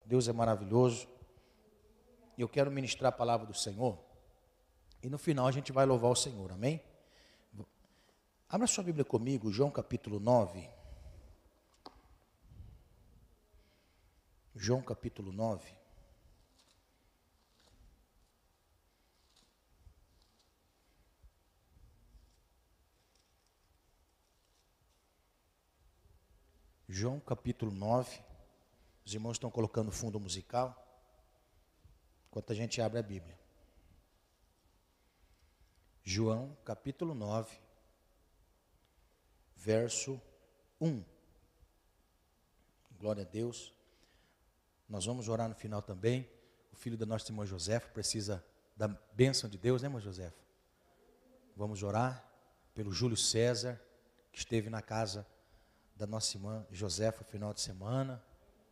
Deus é maravilhoso. Eu quero ministrar a palavra do Senhor. E no final a gente vai louvar o Senhor, amém? Abra sua Bíblia comigo, João capítulo 9. João capítulo 9. João capítulo 9. Os irmãos estão colocando fundo musical, enquanto a gente abre a Bíblia. João capítulo 9, verso 1. Glória a Deus. Nós vamos orar no final também. O filho da nossa irmã Josefa precisa da bênção de Deus, né, irmã Josefa? Vamos orar pelo Júlio César, que esteve na casa da nossa irmã Josefa no final de semana.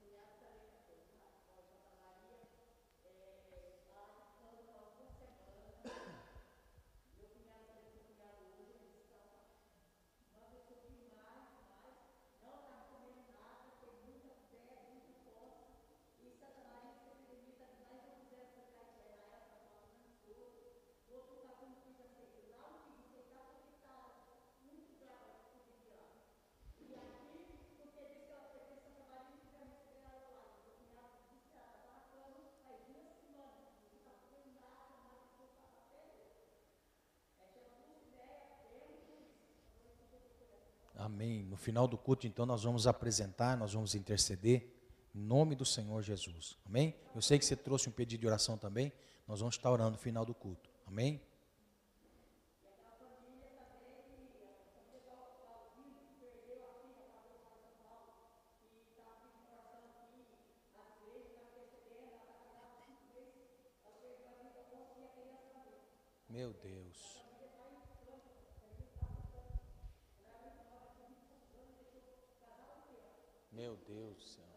Amém. No final do culto, então, nós vamos apresentar, nós vamos interceder em nome do Senhor Jesus. Amém? Eu sei que você trouxe um pedido de oração também. Nós vamos estar orando no final do culto. Amém? Meu Deus. Meu Deus do céu.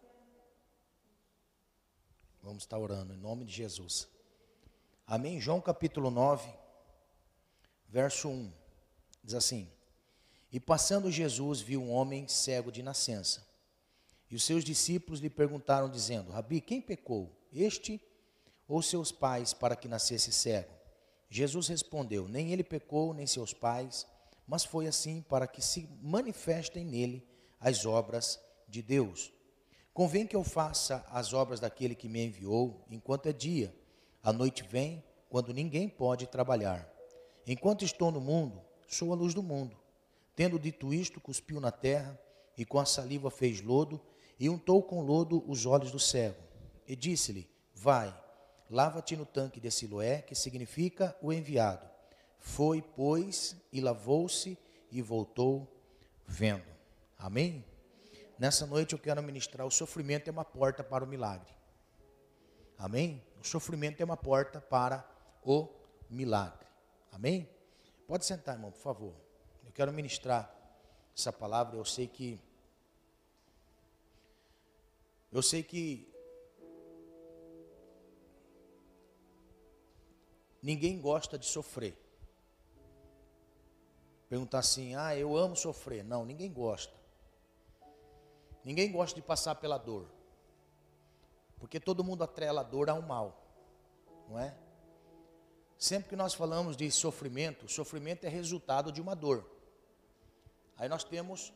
Vamos estar orando em nome de Jesus. Amém? João capítulo 9, verso 1. Diz assim: E passando Jesus viu um homem cego de nascença. E os seus discípulos lhe perguntaram, dizendo: Rabi, quem pecou, este ou seus pais, para que nascesse cego? Jesus respondeu: Nem ele pecou, nem seus pais, mas foi assim para que se manifestem nele as obras de Deus. Convém que eu faça as obras daquele que me enviou, enquanto é dia. A noite vem, quando ninguém pode trabalhar. Enquanto estou no mundo, sou a luz do mundo. Tendo dito isto, cuspiu na terra, e com a saliva fez lodo, e untou com lodo os olhos do cego. E disse-lhe: Vai, lava-te no tanque de Siloé, que significa o enviado. Foi, pois, e lavou-se, e voltou vendo. Amém? Nessa noite eu quero ministrar: o sofrimento é uma porta para o milagre. Amém? O sofrimento é uma porta para o milagre. Amém? Pode sentar, irmão, por favor. Eu quero ministrar essa palavra. Eu sei que ninguém gosta de sofrer. Perguntar assim: eu amo sofrer. Não, ninguém gosta. Ninguém gosta de passar pela dor. Porque todo mundo atrela a dor ao mal. Não é? Sempre que nós falamos de sofrimento, o sofrimento é resultado de uma dor. Aí nós temos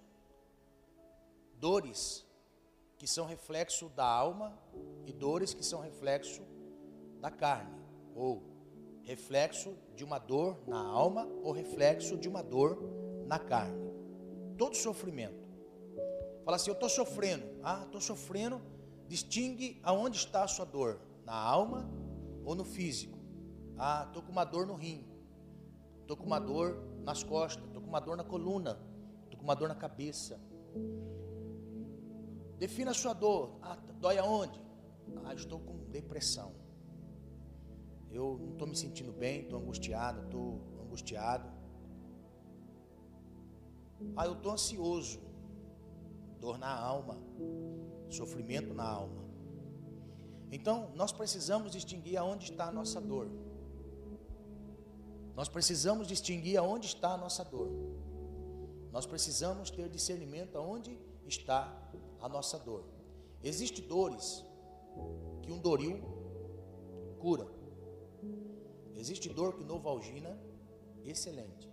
dores que são reflexo da alma e dores que são reflexo da carne. Ou reflexo de uma dor na alma ou reflexo de uma dor na carne. Todo sofrimento. Fala assim: eu estou sofrendo. Estou sofrendo. Distingue aonde está a sua dor. Na alma ou no físico. Estou com uma dor no rim. Estou com uma dor nas costas. Estou com uma dor na coluna. Estou com uma dor na cabeça. Defina a sua dor. Dói aonde? Estou com depressão. Eu não estou me sentindo bem, estou angustiado, eu estou ansioso. Dor na alma, sofrimento na alma. Então, nós precisamos distinguir aonde está a nossa dor. Nós precisamos distinguir aonde está a nossa dor. Nós precisamos ter discernimento aonde está a nossa dor. Existem dores que um Doril cura. Existe dor que Novalgina, excelente.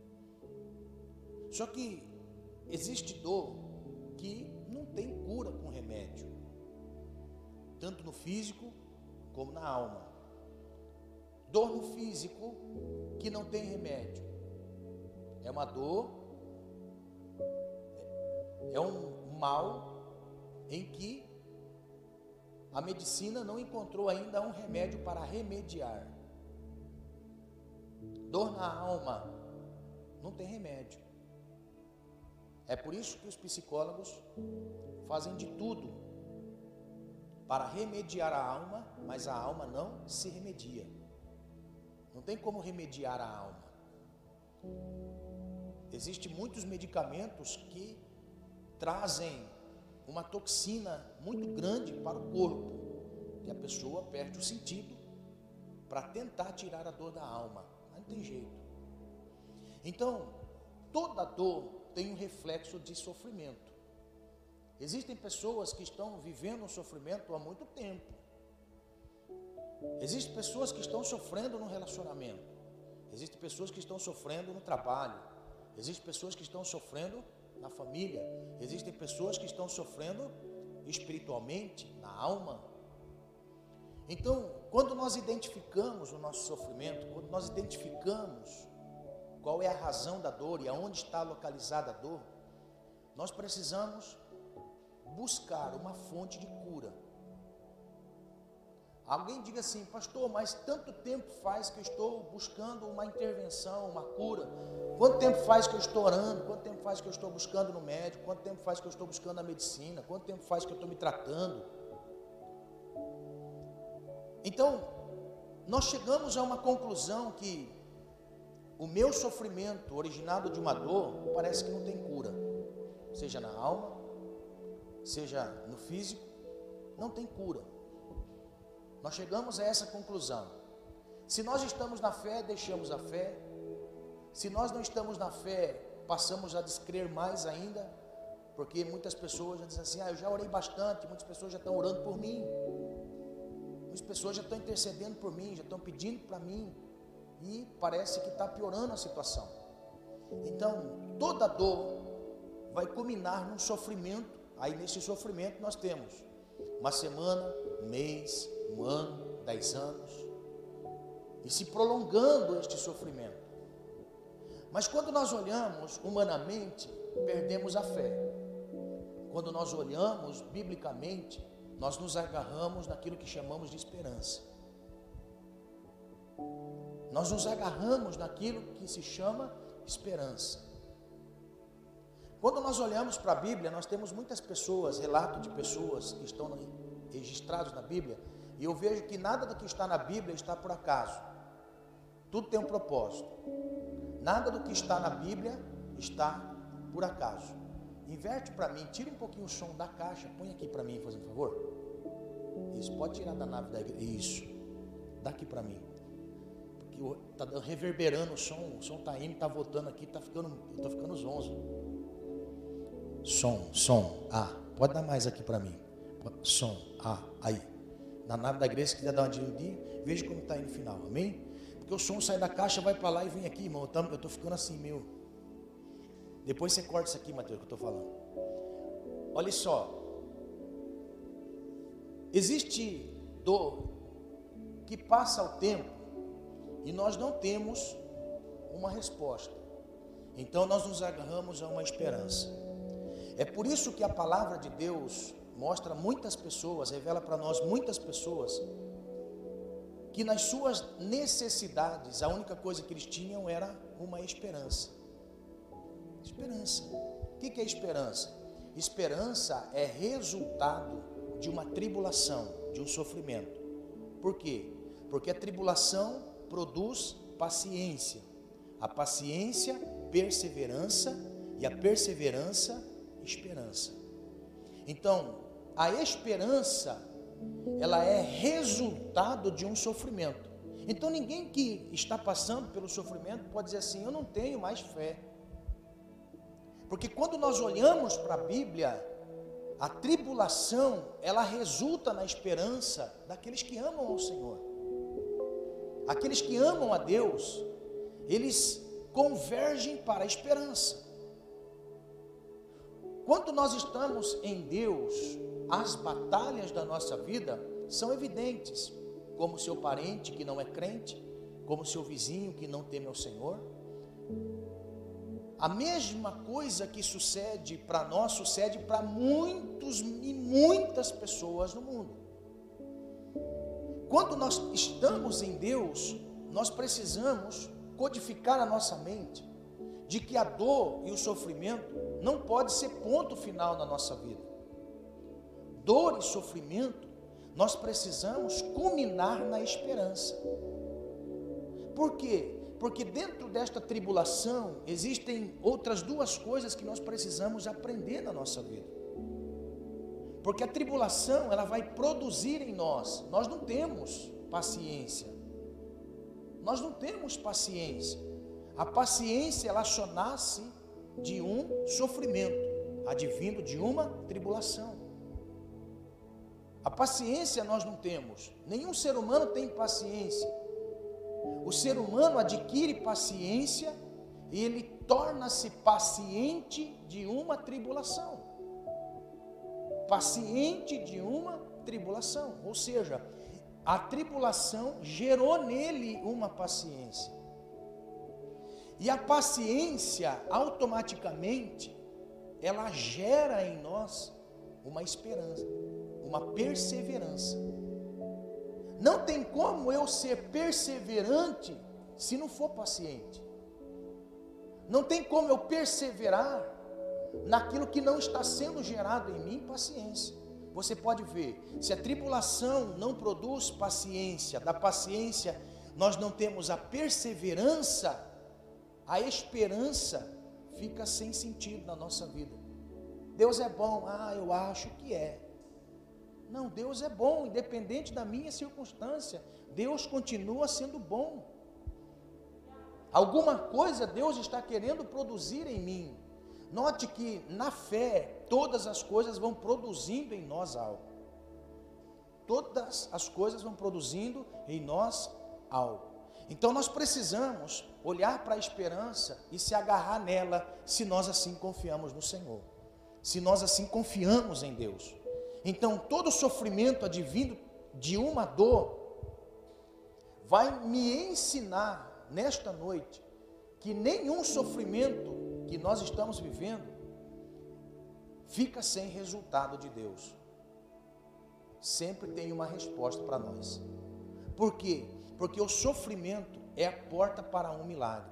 Só que existe dor que não tem cura com remédio, tanto no físico como na alma. Dor no físico que não tem remédio. É uma dor, é um mal em que a medicina não encontrou ainda um remédio para remediar. Dor na alma não tem remédio. É por isso que os psicólogos fazem de tudo para remediar a alma, mas a alma não se remedia. Não tem como remediar a alma. Existem muitos medicamentos que trazem uma toxina muito grande para o corpo, que a pessoa perde o sentido para tentar tirar a dor da alma. Mas não tem jeito. Então, toda dor tem um reflexo de sofrimento. Existem pessoas que estão vivendo um sofrimento há muito tempo. Existem pessoas que estão sofrendo no relacionamento. Existem pessoas que estão sofrendo no trabalho. Existem pessoas que estão sofrendo na família. Existem pessoas que estão sofrendo espiritualmente, na alma. Então, quando nós identificamos o nosso sofrimento, quando nós identificamos qual é a razão da dor e aonde está localizada a dor, nós precisamos buscar uma fonte de cura. Alguém diga assim: pastor, mas tanto tempo faz que eu estou buscando uma intervenção, uma cura. Quanto tempo faz que eu estou orando? Quanto tempo faz que eu estou buscando no médico? Quanto tempo faz que eu estou buscando a medicina? Quanto tempo faz que eu estou me tratando? Então, nós chegamos a uma conclusão que o meu sofrimento originado de uma dor parece que não tem cura. Seja na alma, seja no físico, não tem cura. Nós chegamos a essa conclusão. Se nós estamos na fé, deixamos a fé. Se nós não estamos na fé, passamos a descrer mais ainda, porque muitas pessoas já dizem assim: eu já orei bastante, muitas pessoas já estão orando por mim, muitas pessoas já estão intercedendo por mim, já estão pedindo para mim, e parece que está piorando a situação. Então, toda dor vai culminar num sofrimento. Aí nesse sofrimento nós temos uma semana, um mês, um ano, 10 anos, e se prolongando este sofrimento. Mas quando nós olhamos humanamente, perdemos a fé. Quando nós olhamos biblicamente, nós nos agarramos naquilo que chamamos de esperança. Nós nos agarramos naquilo que se chama esperança. Quando nós olhamos para a Bíblia, nós temos muitas pessoas, relatos de pessoas que estão registrados na Bíblia, e eu vejo que nada do que está na Bíblia está por acaso. Tudo tem um propósito. Nada do que está na Bíblia está por acaso. Inverte para mim, tira um pouquinho o som da caixa, põe aqui para mim, fazendo favor. Isso, pode tirar da nave da igreja. Isso, daqui para mim. Porque está reverberando o som está indo, está voltando aqui, eu estou ficando zonzo. Som, pode dar mais aqui para mim. Som, aí. Na nave da igreja, se quiser dar uma dividida, veja como está aí no final, amém? Porque o som sai da caixa, vai para lá e vem aqui, irmão. Eu estou ficando assim, meu. Depois você corta isso aqui, Mateus, que eu estou falando. Olha só. Existe dor que passa o tempo e nós não temos uma resposta. Então nós nos agarramos a uma esperança. É por isso que a palavra de Deus mostra muitas pessoas, revela para nós muitas pessoas, que nas suas necessidades, a única coisa que eles tinham era uma esperança. Esperança. O que é esperança? Esperança é resultado de uma tribulação, de um sofrimento. Por quê? Porque a tribulação produz paciência. A paciência, perseverança, e a perseverança, esperança. Então, a esperança, ela é resultado de um sofrimento. Então, ninguém que está passando pelo sofrimento pode dizer assim: eu não tenho mais fé. Porque quando nós olhamos para a Bíblia, A tribulação, ela resulta na esperança daqueles que amam ao Senhor. Aqueles que amam a Deus, eles convergem para a esperança. Quando nós estamos em Deus, as batalhas da nossa vida são evidentes, como seu parente que não é crente, como seu vizinho que não teme ao Senhor. A mesma coisa que sucede para nós, sucede para muitos e muitas pessoas no mundo. Quando nós estamos em Deus, nós precisamos codificar a nossa mente de que a dor e o sofrimento não pode ser ponto final na nossa vida. Dor e sofrimento, nós precisamos culminar na esperança. Por quê? Porque dentro desta tribulação existem outras duas coisas que nós precisamos aprender na nossa vida. Porque a tribulação, ela vai produzir em nós não temos paciência. Nós não temos paciência. A paciência, ela só nasce de um sofrimento, advindo de uma tribulação. A paciência nós não temos. Nenhum ser humano tem paciência. O ser humano adquire paciência e ele torna-se paciente de uma tribulação. Paciente de uma tribulação. Ou seja, a tribulação gerou nele uma paciência. E a paciência, automaticamente, ela gera em nós uma esperança, uma perseverança. Não tem como eu ser perseverante se não for paciente. Não tem como eu perseverar naquilo que não está sendo gerado em mim, paciência. Você pode ver, se a tribulação não produz paciência, da paciência nós não temos a perseverança, a esperança fica sem sentido na nossa vida. Deus é bom, eu acho que é. Não, Deus é bom, independente da minha circunstância, Deus continua sendo bom. Alguma coisa Deus está querendo produzir em mim. Note que na fé, todas as coisas vão produzindo em nós algo. Todas as coisas vão produzindo em nós algo. Então nós precisamos olhar para a esperança e se agarrar nela, se nós assim confiamos no Senhor. Se nós assim confiamos em Deus. Então, todo sofrimento advindo de uma dor vai me ensinar nesta noite que nenhum sofrimento que nós estamos vivendo fica sem resultado de Deus. Sempre tem uma resposta para nós. Por quê? Porque o sofrimento é a porta para um milagre.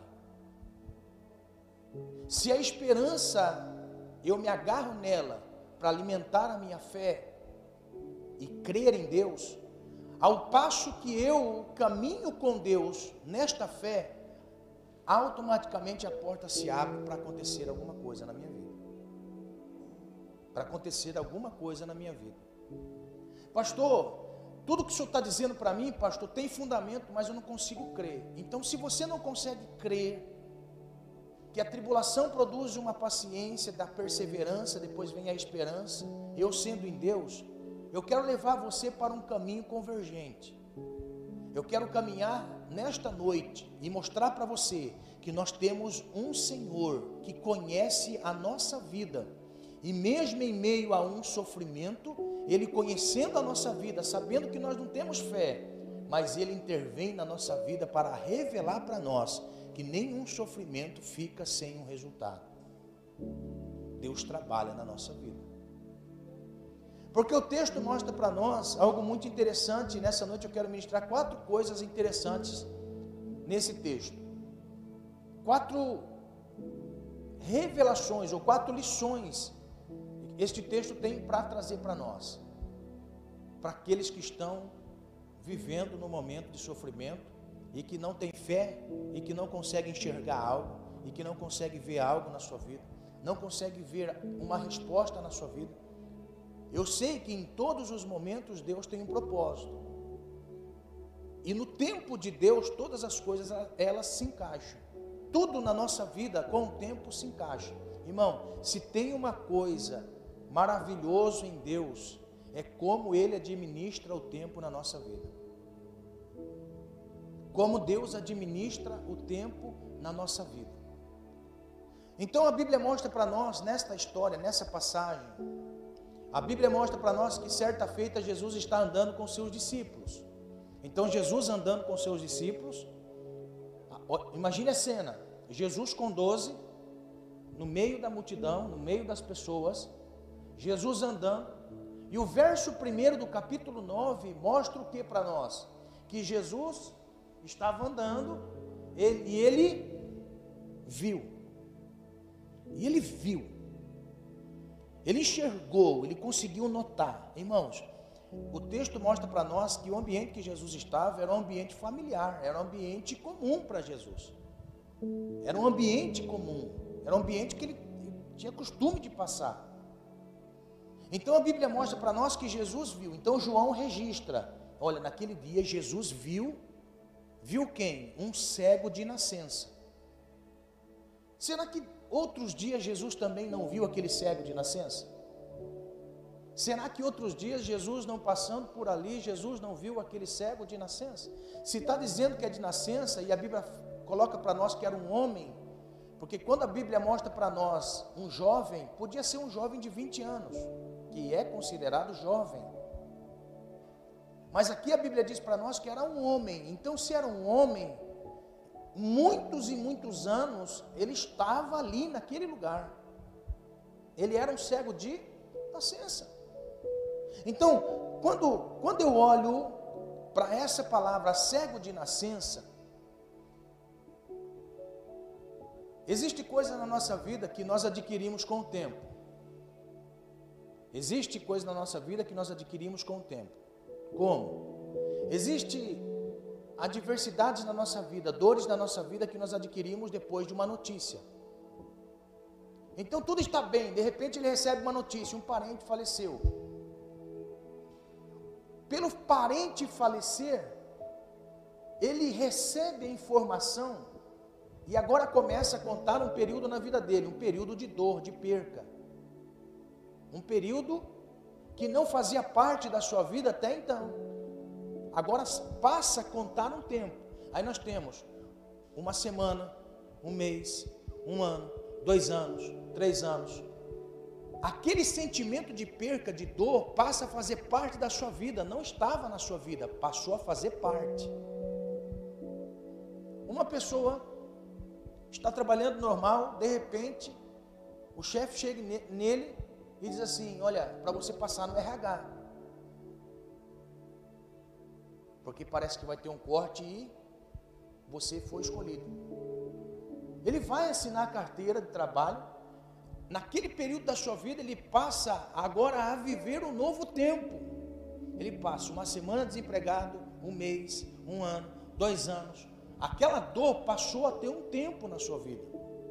Se a esperança, eu me agarro nela para alimentar a minha fé e crer em Deus, ao passo que eu caminho com Deus nesta fé, automaticamente a porta se abre para acontecer alguma coisa na minha vida. Para acontecer alguma coisa na minha vida. Pastor, tudo que o senhor está dizendo para mim, pastor, tem fundamento, mas eu não consigo crer. Então, se você não consegue crer que a tribulação produz uma paciência, da perseverança, depois vem a esperança, eu sendo em Deus, eu quero levar você para um caminho convergente. Eu quero caminhar nesta noite e mostrar para você que nós temos um Senhor que conhece a nossa vida. E mesmo em meio a um sofrimento, Ele conhecendo a nossa vida, sabendo que nós não temos fé, mas Ele intervém na nossa vida para revelar para nós que nenhum sofrimento fica sem um resultado. Deus trabalha na nossa vida. Porque o texto mostra para nós algo muito interessante, e nessa noite eu quero ministrar 4 coisas interessantes nesse texto. 4 revelações, ou 4 lições, este texto tem para trazer para nós, para aqueles que estão vivendo no momento de sofrimento, e que não tem fé, e que não consegue enxergar algo, e que não consegue ver algo na sua vida, não consegue ver uma resposta na sua vida. Eu sei que em todos os momentos Deus tem um propósito, e no tempo de Deus todas as coisas elas se encaixam. Tudo na nossa vida com o tempo se encaixa. Irmão, se tem uma coisa maravilhoso em Deus é como Ele administra o tempo na nossa vida. Como Deus administra o tempo na nossa vida. Então a Bíblia mostra para nós, nesta história, nessa passagem, a Bíblia mostra para nós que certa feita Jesus está andando com seus discípulos. Então Jesus andando com seus discípulos, imagine a cena, Jesus com 12, no meio da multidão, no meio das pessoas, Jesus andando, e o verso 1 do capítulo 9 mostra o que para nós? Que Jesus estava andando, e ele viu, ele enxergou, ele conseguiu notar. Irmãos, o texto mostra para nós que o ambiente que Jesus estava era um ambiente familiar, era um ambiente comum para Jesus, era um ambiente comum, era um ambiente que ele tinha costume de passar. Então a Bíblia mostra para nós que Jesus viu. Então João registra, olha, naquele dia Jesus viu quem? Um cego de nascença. Será que outros dias Jesus também não viu aquele cego de nascença? Será que outros dias Jesus não passando por ali, Jesus não viu aquele cego de nascença? Se está dizendo que é de nascença, e a Bíblia coloca para nós que era um homem, porque quando a Bíblia mostra para nós um jovem, podia ser um jovem de 20 anos, que é considerado jovem. Mas aqui a Bíblia diz para nós que era um homem. Então, se era um homem, muitos e muitos anos, ele estava ali naquele lugar. Ele era um cego de nascença. Então, quando eu olho para essa palavra, cego de nascença, existe coisa na nossa vida que nós adquirimos com o tempo. Existe coisa na nossa vida que nós adquirimos com o tempo. Como? Existe adversidades na nossa vida, dores na nossa vida que nós adquirimos depois de uma notícia. Então tudo está bem, de repente ele recebe uma notícia, um parente faleceu. Pelo parente falecer, ele recebe a informação e agora começa a contar um período na vida dele, um período de dor, de perca. Um período que não fazia parte da sua vida até então. Agora passa a contar um tempo. Aí nós temos uma semana, um mês, um ano, 2 anos, 3 anos. Aquele sentimento de perca, de dor, passa a fazer parte da sua vida. Não estava na sua vida, passou a fazer parte. Uma pessoa está trabalhando normal, de repente, o chefe chega nele e diz assim: olha, para você passar no RH, porque parece que vai ter um corte e você foi escolhido. Ele vai assinar a carteira de trabalho. Naquele período da sua vida, ele passa agora a viver um novo tempo. Ele passa uma semana desempregado, um mês, um ano, 2 anos. Aquela dor passou a ter um tempo na sua vida.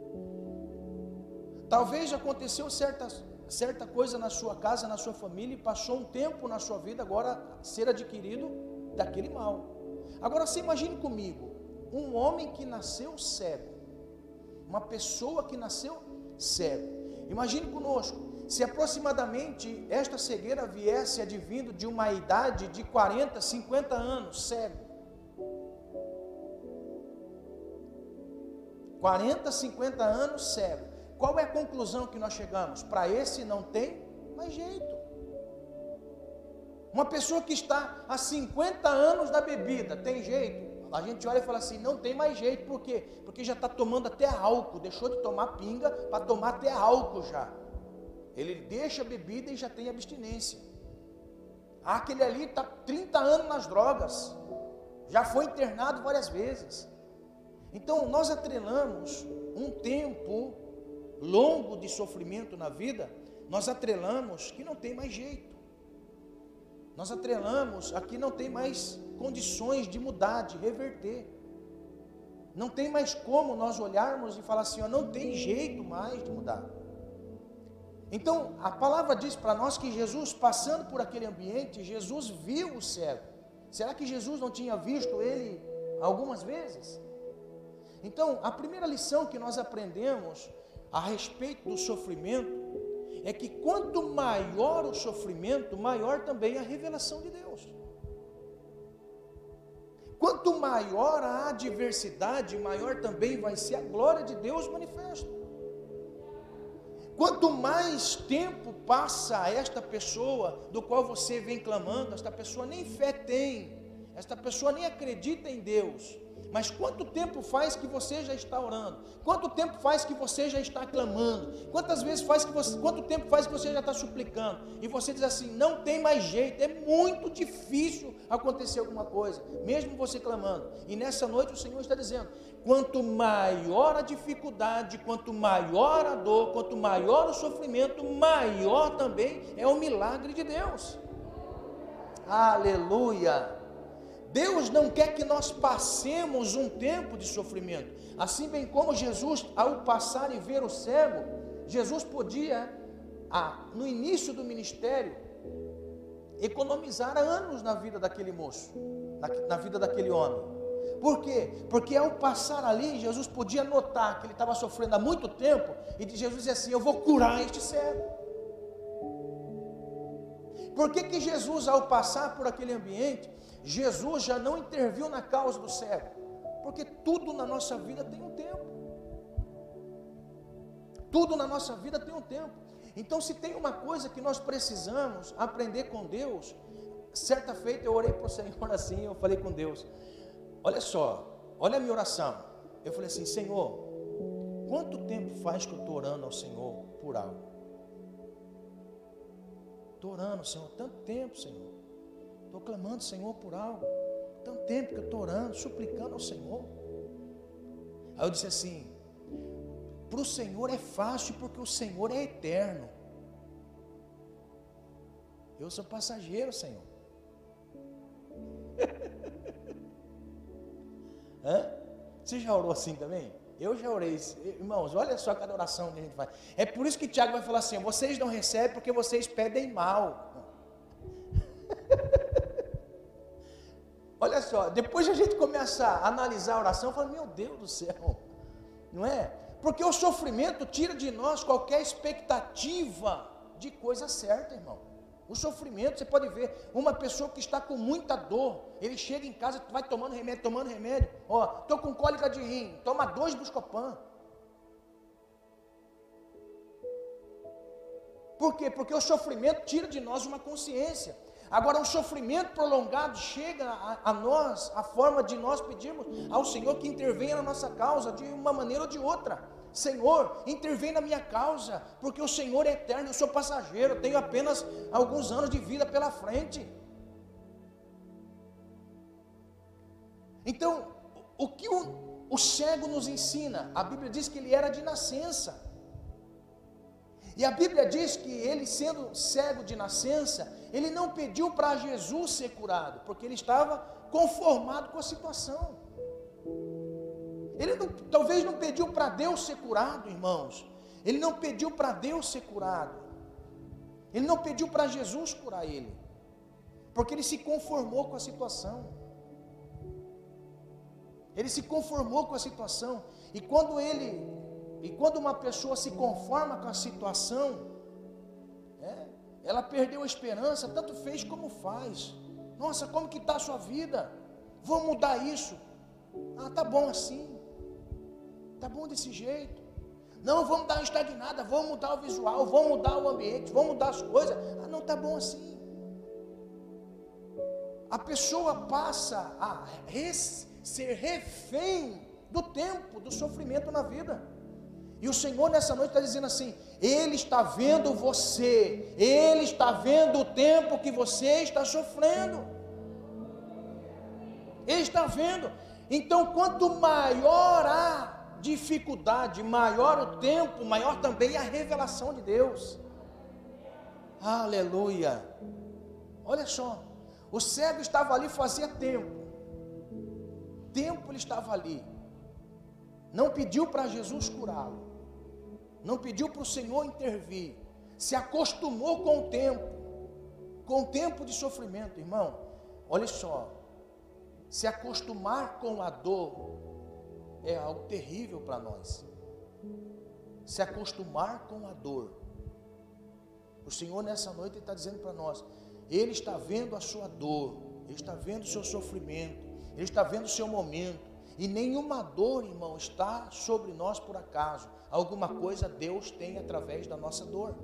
Talvez aconteceu certa coisa na sua casa, na sua família, e passou um tempo na sua vida agora ser adquirido daquele mal. Agora você imagine comigo, um homem que nasceu cego, uma pessoa que nasceu cego. Imagine conosco, se aproximadamente esta cegueira viesse advindo de uma idade de 40, 50 anos, cego. 40, 50 anos cego. Qual é a conclusão que nós chegamos? Para esse não tem mais jeito. Uma pessoa que está há 50 anos na bebida, tem jeito? A gente olha e fala assim, não tem mais jeito. Por quê? Porque já está tomando até álcool, deixou de tomar pinga para tomar até álcool já. Ele deixa a bebida e já tem abstinência. Aquele ali está 30 anos nas drogas, já foi internado várias vezes. Então nós atrelamos um tempo longo de sofrimento na vida, nós atrelamos que não tem mais jeito. Nós atrelamos aqui não tem mais condições de mudar, de reverter. Não tem mais como nós olharmos e falar assim, ó, não tem jeito mais de mudar. Então, a palavra diz para nós que Jesus, passando por aquele ambiente, Jesus viu o cego. Será que Jesus não tinha visto ele algumas vezes? Então, a primeira lição que nós aprendemos a respeito do sofrimento é que quanto maior o sofrimento, maior também a revelação de Deus. Quanto maior a adversidade, maior também vai ser a glória de Deus manifesta. Quanto mais tempo passa esta pessoa do qual você vem clamando, esta pessoa nem fé tem, esta pessoa nem acredita em Deus, mas quanto tempo faz que você já está orando? Quanto tempo faz que você já está clamando? Quanto tempo faz que você já está suplicando? E você diz assim, não tem mais jeito, é muito difícil acontecer alguma coisa, mesmo você clamando. E nessa noite o Senhor está dizendo, quanto maior a dificuldade, quanto maior a dor, quanto maior o sofrimento, maior também é o milagre de Deus. Aleluia! Deus não quer que nós passemos um tempo de sofrimento, assim bem como Jesus, ao passar e ver o cego, Jesus podia, no início do ministério, economizar anos na vida daquele moço, na vida daquele homem. Por quê? Porque ao passar ali, Jesus podia notar que ele estava sofrendo há muito tempo, e Jesus dizia assim, eu vou curar este cego. Por que Jesus, ao passar por aquele ambiente, Jesus já não interviu na causa do cego? Porque tudo na nossa vida tem um tempo. Tudo na nossa vida tem um tempo. Então, se tem uma coisa que nós precisamos aprender com Deus, certa feita eu orei para o Senhor assim, eu falei com Deus, olha só, olha a minha oração. Eu falei assim, Senhor, quanto tempo faz que eu estou orando ao Senhor por algo? Estou orando, Senhor, tanto tempo, Senhor. Estou clamando, Senhor, por algo. Tanto tempo que eu estou orando, suplicando ao Senhor. Aí eu disse assim, para o Senhor é fácil, porque o Senhor é eterno. Eu sou passageiro, Senhor. Você já orou assim também? Eu já orei. Irmãos, olha só cada oração que a gente faz. É por isso que Tiago vai falar assim, vocês não recebem porque vocês pedem mal. Olha só, depois a gente começa a analisar a oração, fala, meu Deus do céu, não é? Porque o sofrimento tira de nós qualquer expectativa de coisa certa, irmão. O sofrimento, você pode ver, uma pessoa que está com muita dor, ele chega em casa, vai tomando remédio, ó, estou com cólica de rim, toma 2 Buscopan. Por quê? Porque o sofrimento tira de nós uma consciência. Agora, o sofrimento prolongado chega a nós, a forma de nós pedirmos ao Senhor que intervenha na nossa causa, de uma maneira ou de outra. Senhor, intervém na minha causa, porque o Senhor é eterno, eu sou passageiro, eu tenho apenas alguns anos de vida pela frente. Então, o que o cego nos ensina? A Bíblia diz que ele era de nascença. E a Bíblia diz que ele, sendo cego de nascença, ele não pediu para Jesus ser curado, porque ele estava conformado com a situação. Ele talvez não pediu para Deus ser curado, irmãos. Ele não pediu para Deus ser curado. Ele não pediu para Jesus curar ele, porque ele se conformou com a situação. Ele se conformou com a situação. E quando uma pessoa se conforma com a situação, ela perdeu a esperança, tanto fez como faz. Nossa, como que está a sua vida? Vou mudar isso. Ah, tá bom assim. Tá bom desse jeito. Não, vamos dar uma estagnada, vamos mudar o visual, vamos mudar o ambiente, vamos mudar as coisas. Ah, não, tá bom assim. A pessoa passa a ser refém do tempo, do sofrimento na vida. E o Senhor nessa noite está dizendo assim, Ele está vendo você, Ele está vendo o tempo que você está sofrendo. Ele está vendo. Então, quanto maior a dificuldade, maior o tempo, maior também a revelação de Deus. Aleluia. Olha só, o cego estava ali fazia tempo ele estava ali, não pediu para Jesus curá-lo, não pediu para o Senhor intervir, se acostumou com o tempo de sofrimento, irmão. Olha só, se acostumar com a dor é algo terrível para nós. Se acostumar com a dor O Senhor nessa noite está dizendo para nós, Ele está vendo a sua dor, Ele está vendo o seu sofrimento, Ele está vendo o seu momento, e nenhuma dor, irmão, está sobre nós por acaso. Alguma coisa Deus tem através da nossa dor.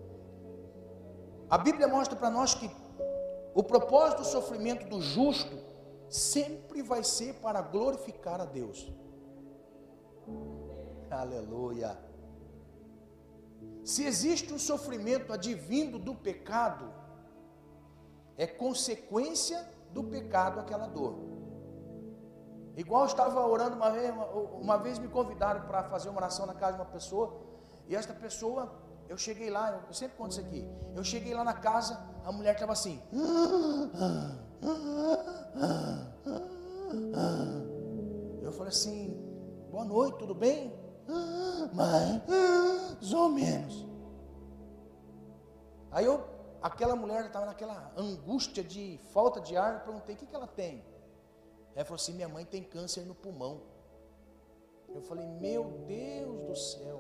A Bíblia mostra para nós que o propósito do sofrimento do justo sempre vai ser para glorificar a Deus. Aleluia. Se existe um sofrimento advindo do pecado, é consequência do pecado aquela dor. Igual eu estava orando uma vez me convidaram para fazer uma oração na casa de uma pessoa, e esta pessoa, eu cheguei lá, eu sempre conto isso aqui, eu cheguei lá na casa, a mulher estava assim, eu falei assim, boa noite, tudo bem? Mais ou menos. Aí aquela mulher estava naquela angústia de falta de ar, eu perguntei, o que ela tem? Ela falou assim, minha mãe tem câncer no pulmão. Eu falei, meu Deus do céu.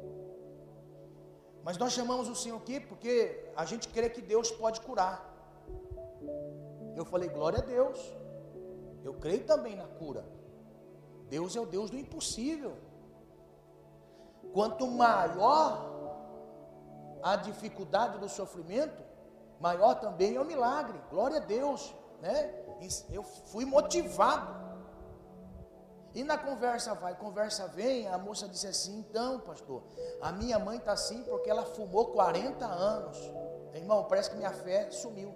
Mas nós chamamos o Senhor aqui porque a gente crê que Deus pode curar. Eu falei, glória a Deus. Eu creio também na cura. Deus é o Deus do impossível. Quanto maior a dificuldade do sofrimento, maior também é o milagre. Glória a Deus, né? Eu fui motivado. E na conversa vai, conversa vem, a moça disse assim, então pastor, a minha mãe está assim porque ela fumou 40 anos. Irmão, parece que minha fé sumiu.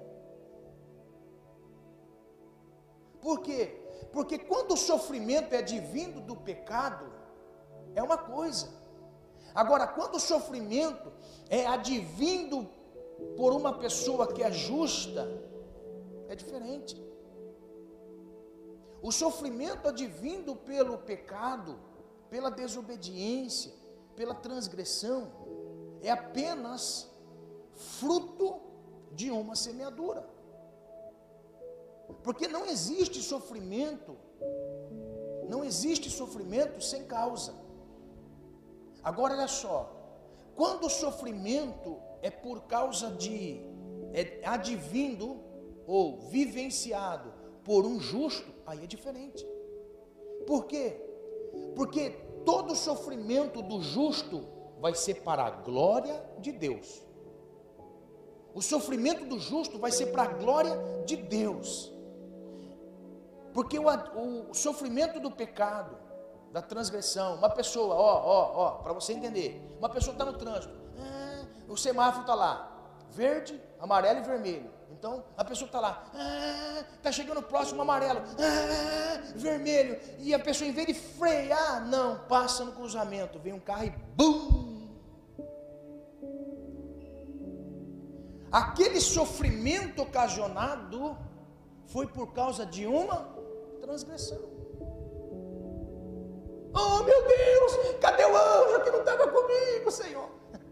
Por quê? Porque quando o sofrimento é advindo do pecado, é uma coisa. Agora, quando o sofrimento é advindo por uma pessoa que é justa, é diferente. O sofrimento advindo pelo pecado, pela desobediência, pela transgressão, é apenas fruto de uma semeadura. Porque não existe sofrimento sem causa. Agora olha só, quando o sofrimento é por causa é advindo ou vivenciado por um justo, aí é diferente. Por quê? Porque todo sofrimento do justo vai ser para a glória de Deus. O sofrimento do justo vai ser para a glória de Deus. Porque o sofrimento do pecado, da transgressão, uma pessoa, para você entender, uma pessoa está no trânsito, o semáforo está lá, verde, amarelo e vermelho. Então a pessoa está lá, está chegando o próximo amarelo, vermelho, e a pessoa em vez de frear, não, passa no cruzamento, vem um carro e bum! Aquele sofrimento ocasionado foi por causa de uma transgressão. Oh meu Deus, cadê o anjo que não estava comigo, Senhor?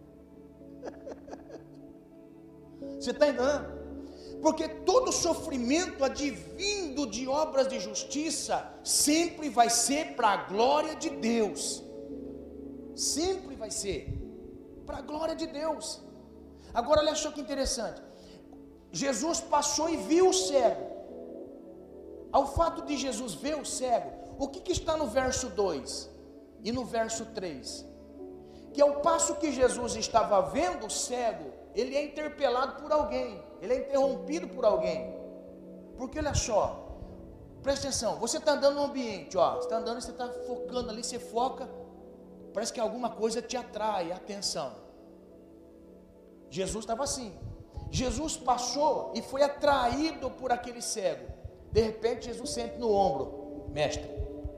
Você está entendendo? Porque todo sofrimento advindo de obras de justiça sempre vai ser para a glória de Deus. Sempre vai ser para a glória de Deus. Agora olha só que interessante. Jesus passou e viu o cego. Ao fato de Jesus ver o cego, o que está no verso 2 e no verso 3? Que ao passo que Jesus estava vendo o cego, ele é interpelado por alguém, ele é interrompido por alguém. Porque olha só, presta atenção, você está andando no ambiente, você está andando, você está focando ali, você foca, parece que alguma coisa te atrai a atenção. Jesus estava assim, Jesus passou e foi atraído por aquele cego. De repente Jesus sente no ombro, mestre,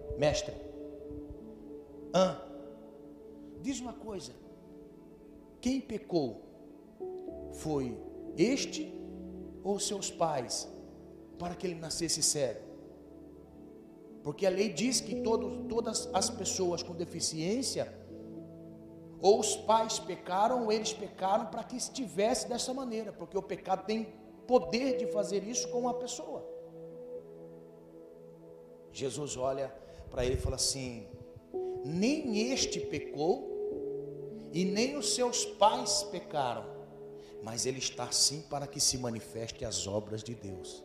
diz uma coisa, quem pecou? Foi este ou seus pais, para que ele nascesse cego? Porque a lei diz que todas as pessoas com deficiência, ou os pais pecaram, ou eles pecaram para que estivesse dessa maneira, porque o pecado tem poder de fazer isso com uma pessoa. Jesus olha para ele e fala assim, nem este pecou, e nem os seus pais pecaram, mas ele está sim para que se manifeste as obras de Deus.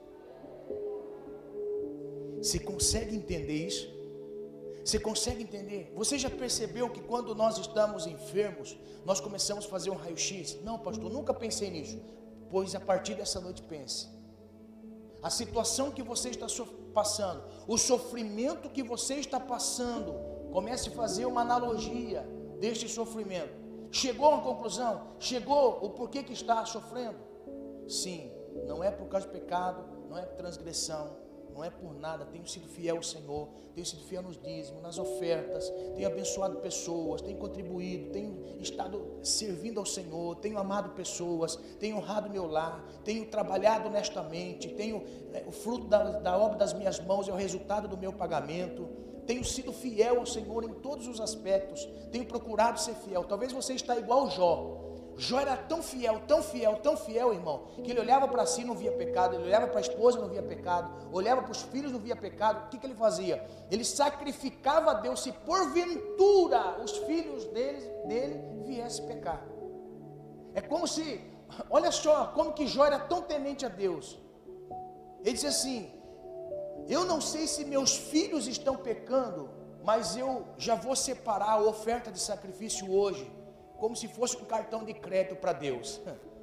Você consegue entender isso? Você consegue entender? Você já percebeu que quando nós estamos enfermos, nós começamos a fazer um raio-x? Não, pastor, nunca pensei nisso. Pois a partir dessa noite pense. A situação que você está passando, o sofrimento que você está passando, comece a fazer uma analogia deste sofrimento. Chegou a uma conclusão? Chegou o porquê que está sofrendo? Sim, não é por causa do pecado, não é por transgressão, não é por nada. Tenho sido fiel ao Senhor, tenho sido fiel nos dízimos, nas ofertas, tenho abençoado pessoas, tenho contribuído, tenho estado servindo ao Senhor, tenho amado pessoas, tenho honrado meu lar, tenho trabalhado honestamente, tenho o fruto da obra das minhas mãos, é o resultado do meu pagamento. Tenho sido fiel ao Senhor em todos os aspectos, tenho procurado ser fiel. Talvez você está igual Jó. Jó era tão fiel, tão fiel, tão fiel, irmão, que ele olhava para si e não via pecado, ele olhava para a esposa e não via pecado, olhava para os filhos e não via pecado. O que ele fazia? Ele sacrificava a Deus se porventura os filhos dele viessem pecar. É como se, olha só, como que Jó era tão temente a Deus. Ele disse assim: eu não sei se meus filhos estão pecando, mas eu já vou separar a oferta de sacrifício hoje, como se fosse um cartão de crédito para Deus.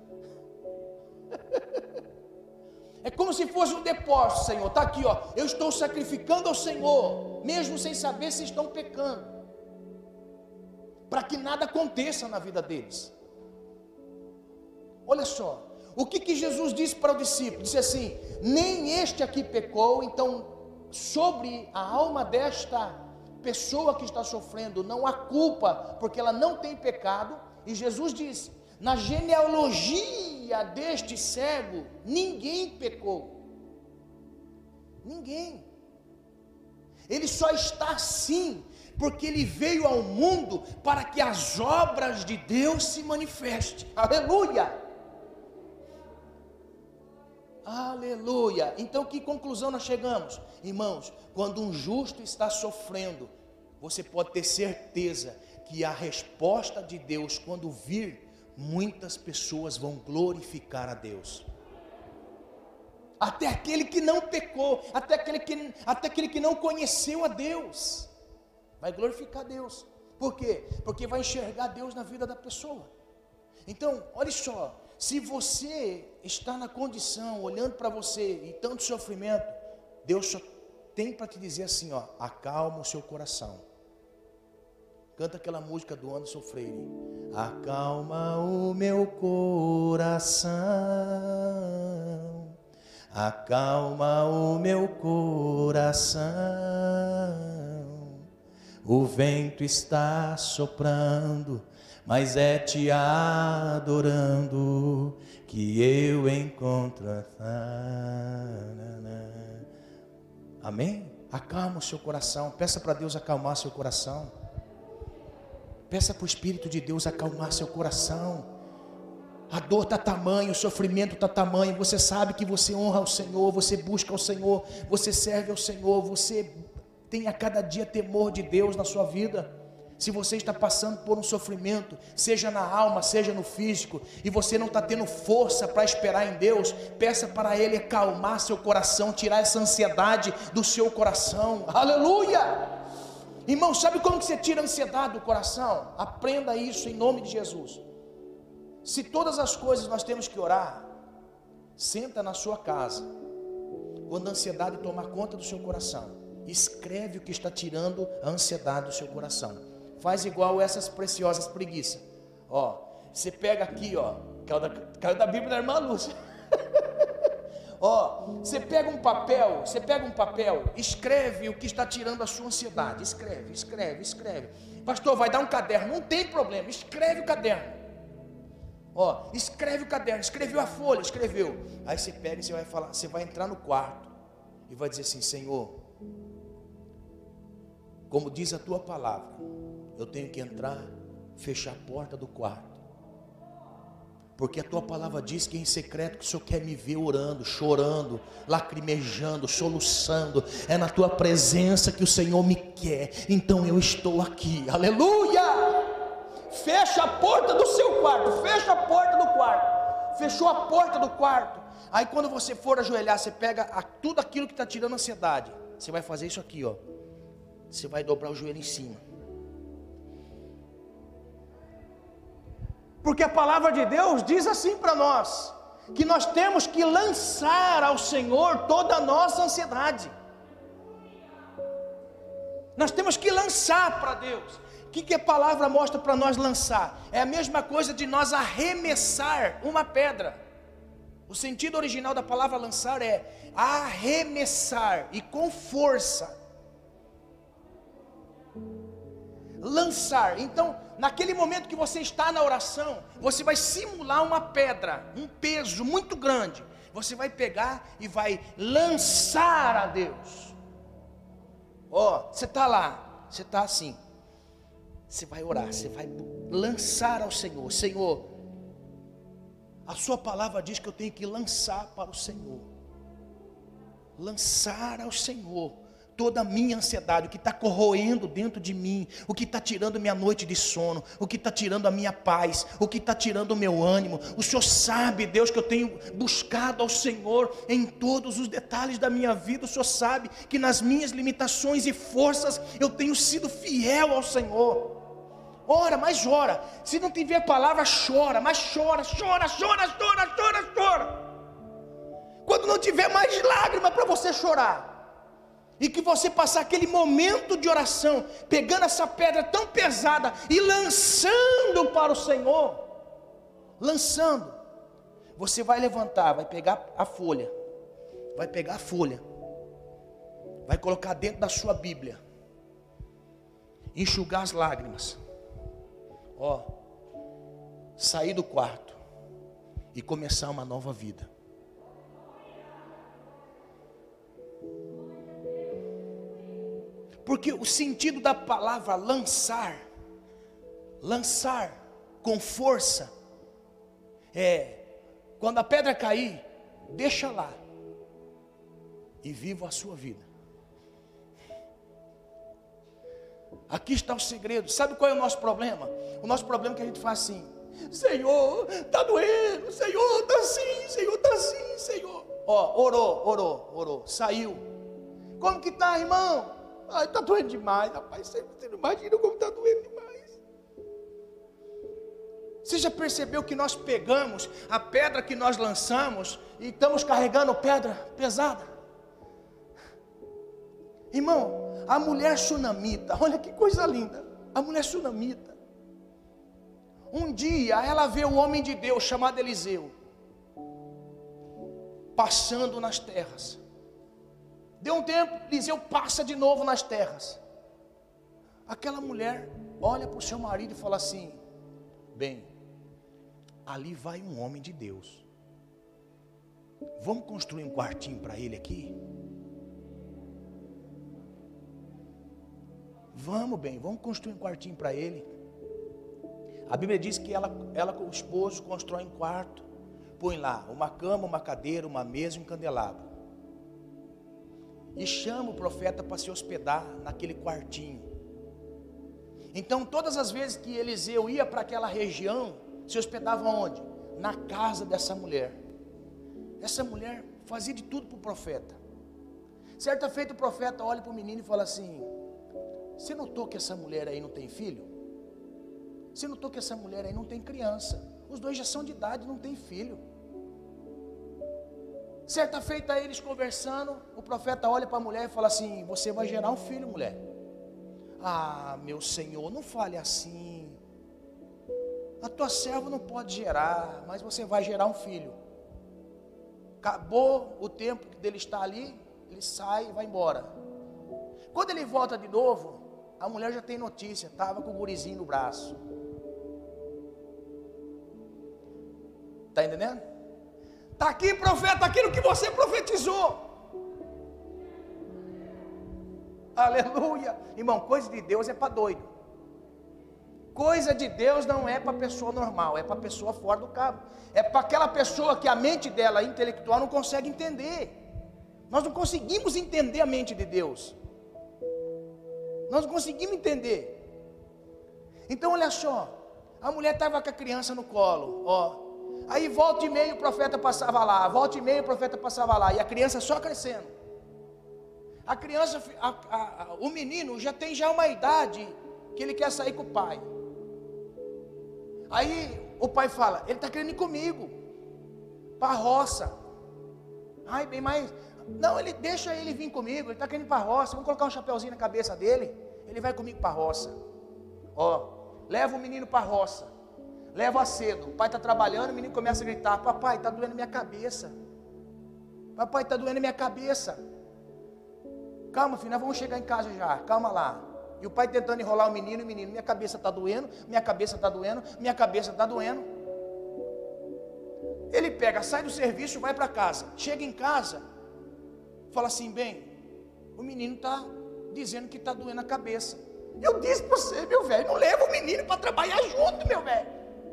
É como se fosse um depósito, Senhor, está aqui, ó, eu estou sacrificando ao Senhor, mesmo sem saber se estão pecando, para que nada aconteça na vida deles. Olha só, o que Jesus disse para o discípulo? Disse assim: nem este aqui pecou. Então, sobre a alma desta pessoa que está sofrendo, não há culpa, porque ela não tem pecado. E Jesus diz: na genealogia deste cego, ninguém pecou. Ninguém. Ele só está assim, porque ele veio ao mundo para que as obras de Deus se manifestem. Aleluia! Aleluia! Então, que conclusão nós chegamos? Irmãos, quando um justo está sofrendo, você pode ter certeza que a resposta de Deus, quando vir, muitas pessoas vão glorificar a Deus. Até aquele que não pecou, até aquele que não conheceu a Deus, vai glorificar a Deus. Por quê? Porque vai enxergar Deus na vida da pessoa. Então, olha só, se você está na condição, olhando para você e tanto sofrimento, Deus só tem para te dizer assim, ó: acalma o seu coração. Canta aquela música do Anderson Freire: acalma o meu coração, acalma o meu coração. O vento está soprando, mas é te adorando que eu encontro a... Amém? Acalma o seu coração. Peça para Deus acalmar seu coração. Peça para o Espírito de Deus acalmar seu coração. A dor está tamanho, o sofrimento está tamanho. Você sabe que você honra ao Senhor, você busca ao Senhor, você serve ao Senhor, você tem a cada dia temor de Deus na sua vida. Se você está passando por um sofrimento, seja na alma, seja no físico, e você não está tendo força para esperar em Deus, peça para Ele acalmar seu coração, tirar essa ansiedade do seu coração. Aleluia! Irmão, sabe como que você tira a ansiedade do coração? Aprenda isso em nome de Jesus. Se todas as coisas nós temos que orar, senta na sua casa, quando a ansiedade tomar conta do seu coração, escreve o que está tirando a ansiedade do seu coração. Faz igual essas preciosas preguiças. Ó, você pega aqui, ó, caiu da Bíblia da irmã Lúcia. Ó, você pega um papel, escreve o que está tirando a sua ansiedade. Escreve. Pastor, vai dar um caderno? Não tem problema, escreve o caderno. Ó, escreve o caderno, escreveu a folha, escreveu. Aí você pega e você vai falar, você vai entrar no quarto e vai dizer assim: Senhor, como diz a tua palavra, eu tenho que entrar, fechar a porta do quarto, porque a tua palavra diz que em secreto que o Senhor quer me ver orando, chorando, lacrimejando, soluçando. É na tua presença que o Senhor me quer, então eu estou aqui. Aleluia! Fecha a porta do seu quarto, fecha a porta do quarto, fechou a porta do quarto. Aí quando você for ajoelhar, você pega tudo aquilo que está tirando a ansiedade. Você vai fazer isso aqui, ó. Você vai dobrar o joelho em cima. Porque a palavra de Deus diz assim para nós, que nós temos que lançar ao Senhor toda a nossa ansiedade. Nós temos que lançar para Deus. O que a palavra mostra para nós lançar? É a mesma coisa de nós arremessar uma pedra. O sentido original da palavra lançar é arremessar e com força. Lançar. Então, naquele momento que você está na oração, você vai simular uma pedra, um peso muito grande. Você vai pegar e vai lançar a Deus. Ó, você está lá, você está assim. Você vai orar, você vai lançar ao Senhor. Senhor, a sua palavra diz que eu tenho que lançar para o Senhor. Lançar ao Senhor toda a minha ansiedade, o que está corroendo dentro de mim, o que está tirando minha noite de sono, o que está tirando a minha paz, o que está tirando o meu ânimo. O Senhor sabe, Deus, que eu tenho buscado ao Senhor em todos os detalhes da minha vida. O Senhor sabe que nas minhas limitações e forças eu tenho sido fiel ao Senhor. Ora, mas ora. Se não tiver palavra, chora, mas chora. Quando não tiver mais lágrima para você chorar, e que você passar aquele momento de oração, pegando essa pedra tão pesada e lançando para o Senhor, lançando, você vai levantar, vai pegar a folha, vai colocar dentro da sua Bíblia, enxugar as lágrimas, ó, sair do quarto e começar uma nova vida. Porque o sentido da palavra lançar com força, quando a pedra cair, deixa lá e viva a sua vida. Aqui está o segredo. Sabe qual é o nosso problema? O nosso problema é que a gente faz assim: Senhor, está doendo, Senhor, está assim, Senhor, está assim, Senhor. Ó, orou, saiu. Como que está, irmão? Ai, está doendo demais, rapaz. Você não imagina como está doendo demais. Você já percebeu que nós pegamos a pedra que nós lançamos e estamos carregando pedra pesada? Irmão, a mulher sunamita, olha que coisa linda. A mulher sunamita, um dia ela vê o homem de Deus chamado Eliseu passando nas terras. Deu um tempo, Eliseu passa de novo nas terras. Aquela mulher olha para o seu marido e fala assim: bem, ali vai um homem de Deus. Vamos construir um quartinho para ele aqui? Vamos construir um quartinho para ele. A Bíblia diz que ela com o esposo constrói um quarto, põe lá uma cama, uma cadeira, uma mesa e um candelabro. E chama o profeta para se hospedar naquele quartinho. Então todas as vezes que Eliseu ia para aquela região, se hospedava onde? Na casa dessa mulher. Essa mulher fazia de tudo para o profeta. Certa feita o profeta olha para o menino e fala assim: você notou que essa mulher aí não tem filho? Você notou que essa mulher aí não tem criança? Os dois já são de idade, não tem filho. Certa feita eles conversando, o profeta olha para a mulher e fala assim: você vai gerar um filho, mulher. Ah, meu senhor, não fale assim. A tua serva não pode gerar, mas você vai gerar um filho. Acabou o tempo dele estar ali, ele sai e vai embora. Quando ele volta de novo, a mulher já tem notícia, estava com o gurizinho no braço. Está entendendo? Está aqui, profeta, aquilo que você profetizou. Aleluia. Irmão, coisa de Deus é para doido. Coisa de Deus não é para pessoa normal, é para pessoa fora do cabo. É para aquela pessoa que a mente dela intelectual não consegue entender. Nós não conseguimos entender a mente de Deus. Nós não conseguimos entender. Então olha só, a mulher estava com a criança no colo, ó. Aí volta e meia o profeta passava lá, volta e meia o profeta passava lá, e a criança só crescendo. A criança, o menino já tem uma idade que ele quer sair com o pai. Aí o pai fala, ele está querendo ir comigo para a roça. Ai, bem mais, não, deixa ele vir comigo, ele está querendo ir para a roça, vamos colocar um chapeuzinho na cabeça dele, ele vai comigo para a roça. Ó, leva o menino para a roça, leva cedo, o pai está trabalhando, o menino começa a gritar, papai, está doendo minha cabeça, papai, está doendo minha cabeça. Calma, filho, nós vamos chegar em casa já, calma lá. E o pai tentando enrolar o menino, minha cabeça está doendo, minha cabeça está doendo, minha cabeça está doendo. Ele pega, sai do serviço, vai para casa, chega em casa, fala assim, bem, o menino está dizendo que está doendo a cabeça. Eu disse para você, meu velho, não leva o menino para trabalhar junto, meu velho.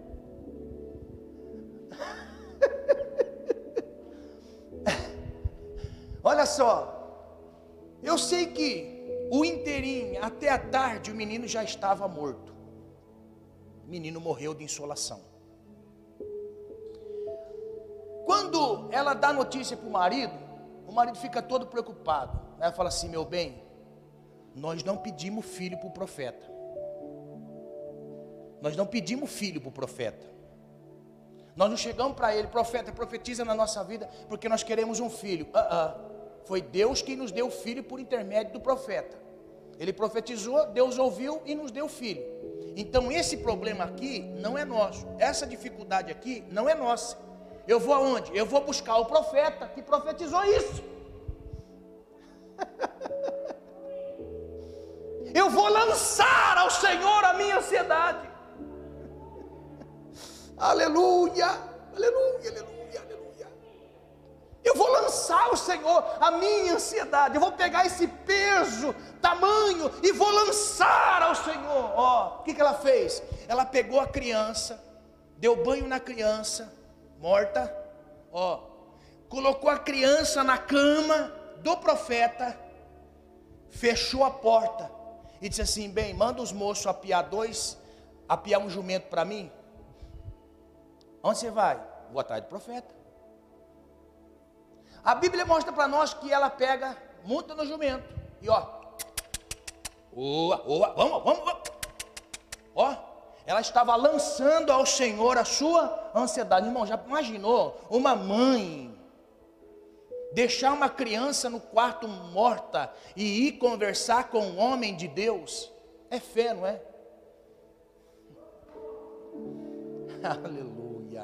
Olha só, eu sei que o inteirinho, até a tarde, o menino já estava morto. O menino morreu de insolação. Quando ela dá notícia para o marido fica todo preocupado. Ela fala assim, meu bem, nós não pedimos filho para o profeta. Nós não pedimos filho para o profeta. Nós não chegamos para ele, profeta, profetiza na nossa vida, porque nós queremos um filho. Foi Deus que nos deu o filho por intermédio do profeta. Ele profetizou, Deus ouviu e nos deu o filho. Então esse problema aqui não é nosso. Essa dificuldade aqui não é nossa. Eu vou aonde? Eu vou buscar o profeta que profetizou isso. Eu vou lançar ao Senhor a minha ansiedade. Aleluia, aleluia, aleluia, aleluia. Eu vou lançar ao Senhor a minha ansiedade. Eu vou pegar esse peso, tamanho, e vou lançar ao Senhor. Ó, o que ela fez? Ela pegou a criança, deu banho na criança, morta. Ó, colocou a criança na cama do profeta, fechou a porta e disse assim, bem, manda os moços apiar um jumento para mim. Onde você vai? Vou atrás do profeta. A Bíblia mostra para nós que ela pega, monta no jumento e vamos. Ó, ela estava lançando ao Senhor a sua ansiedade. Irmão, já imaginou uma mãe deixar uma criança no quarto morta e ir conversar com um homem de Deus? É fé, não é? Aleluia,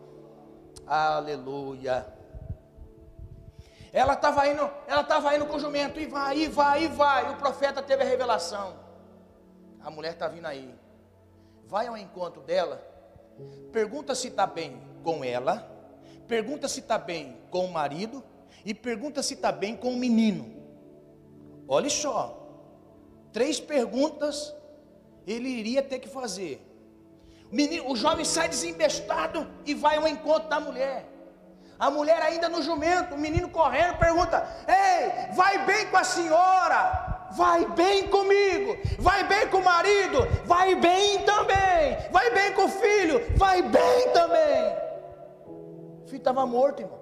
aleluia. Ela estava indo com o jumento, e vai. O profeta teve a revelação. A mulher está vindo aí. Vai ao encontro dela, pergunta se está bem com ela, pergunta se está bem com o marido, e pergunta se está bem com o menino. Olha só, 3 perguntas ele iria ter que fazer. O jovem sai desembestado e vai ao encontro da mulher. A mulher ainda no jumento, o menino correndo, pergunta, ei, vai bem com a senhora? Vai bem comigo? Vai bem com o marido? Vai bem também. Vai bem com o filho? Vai bem também. O filho estava morto, irmão.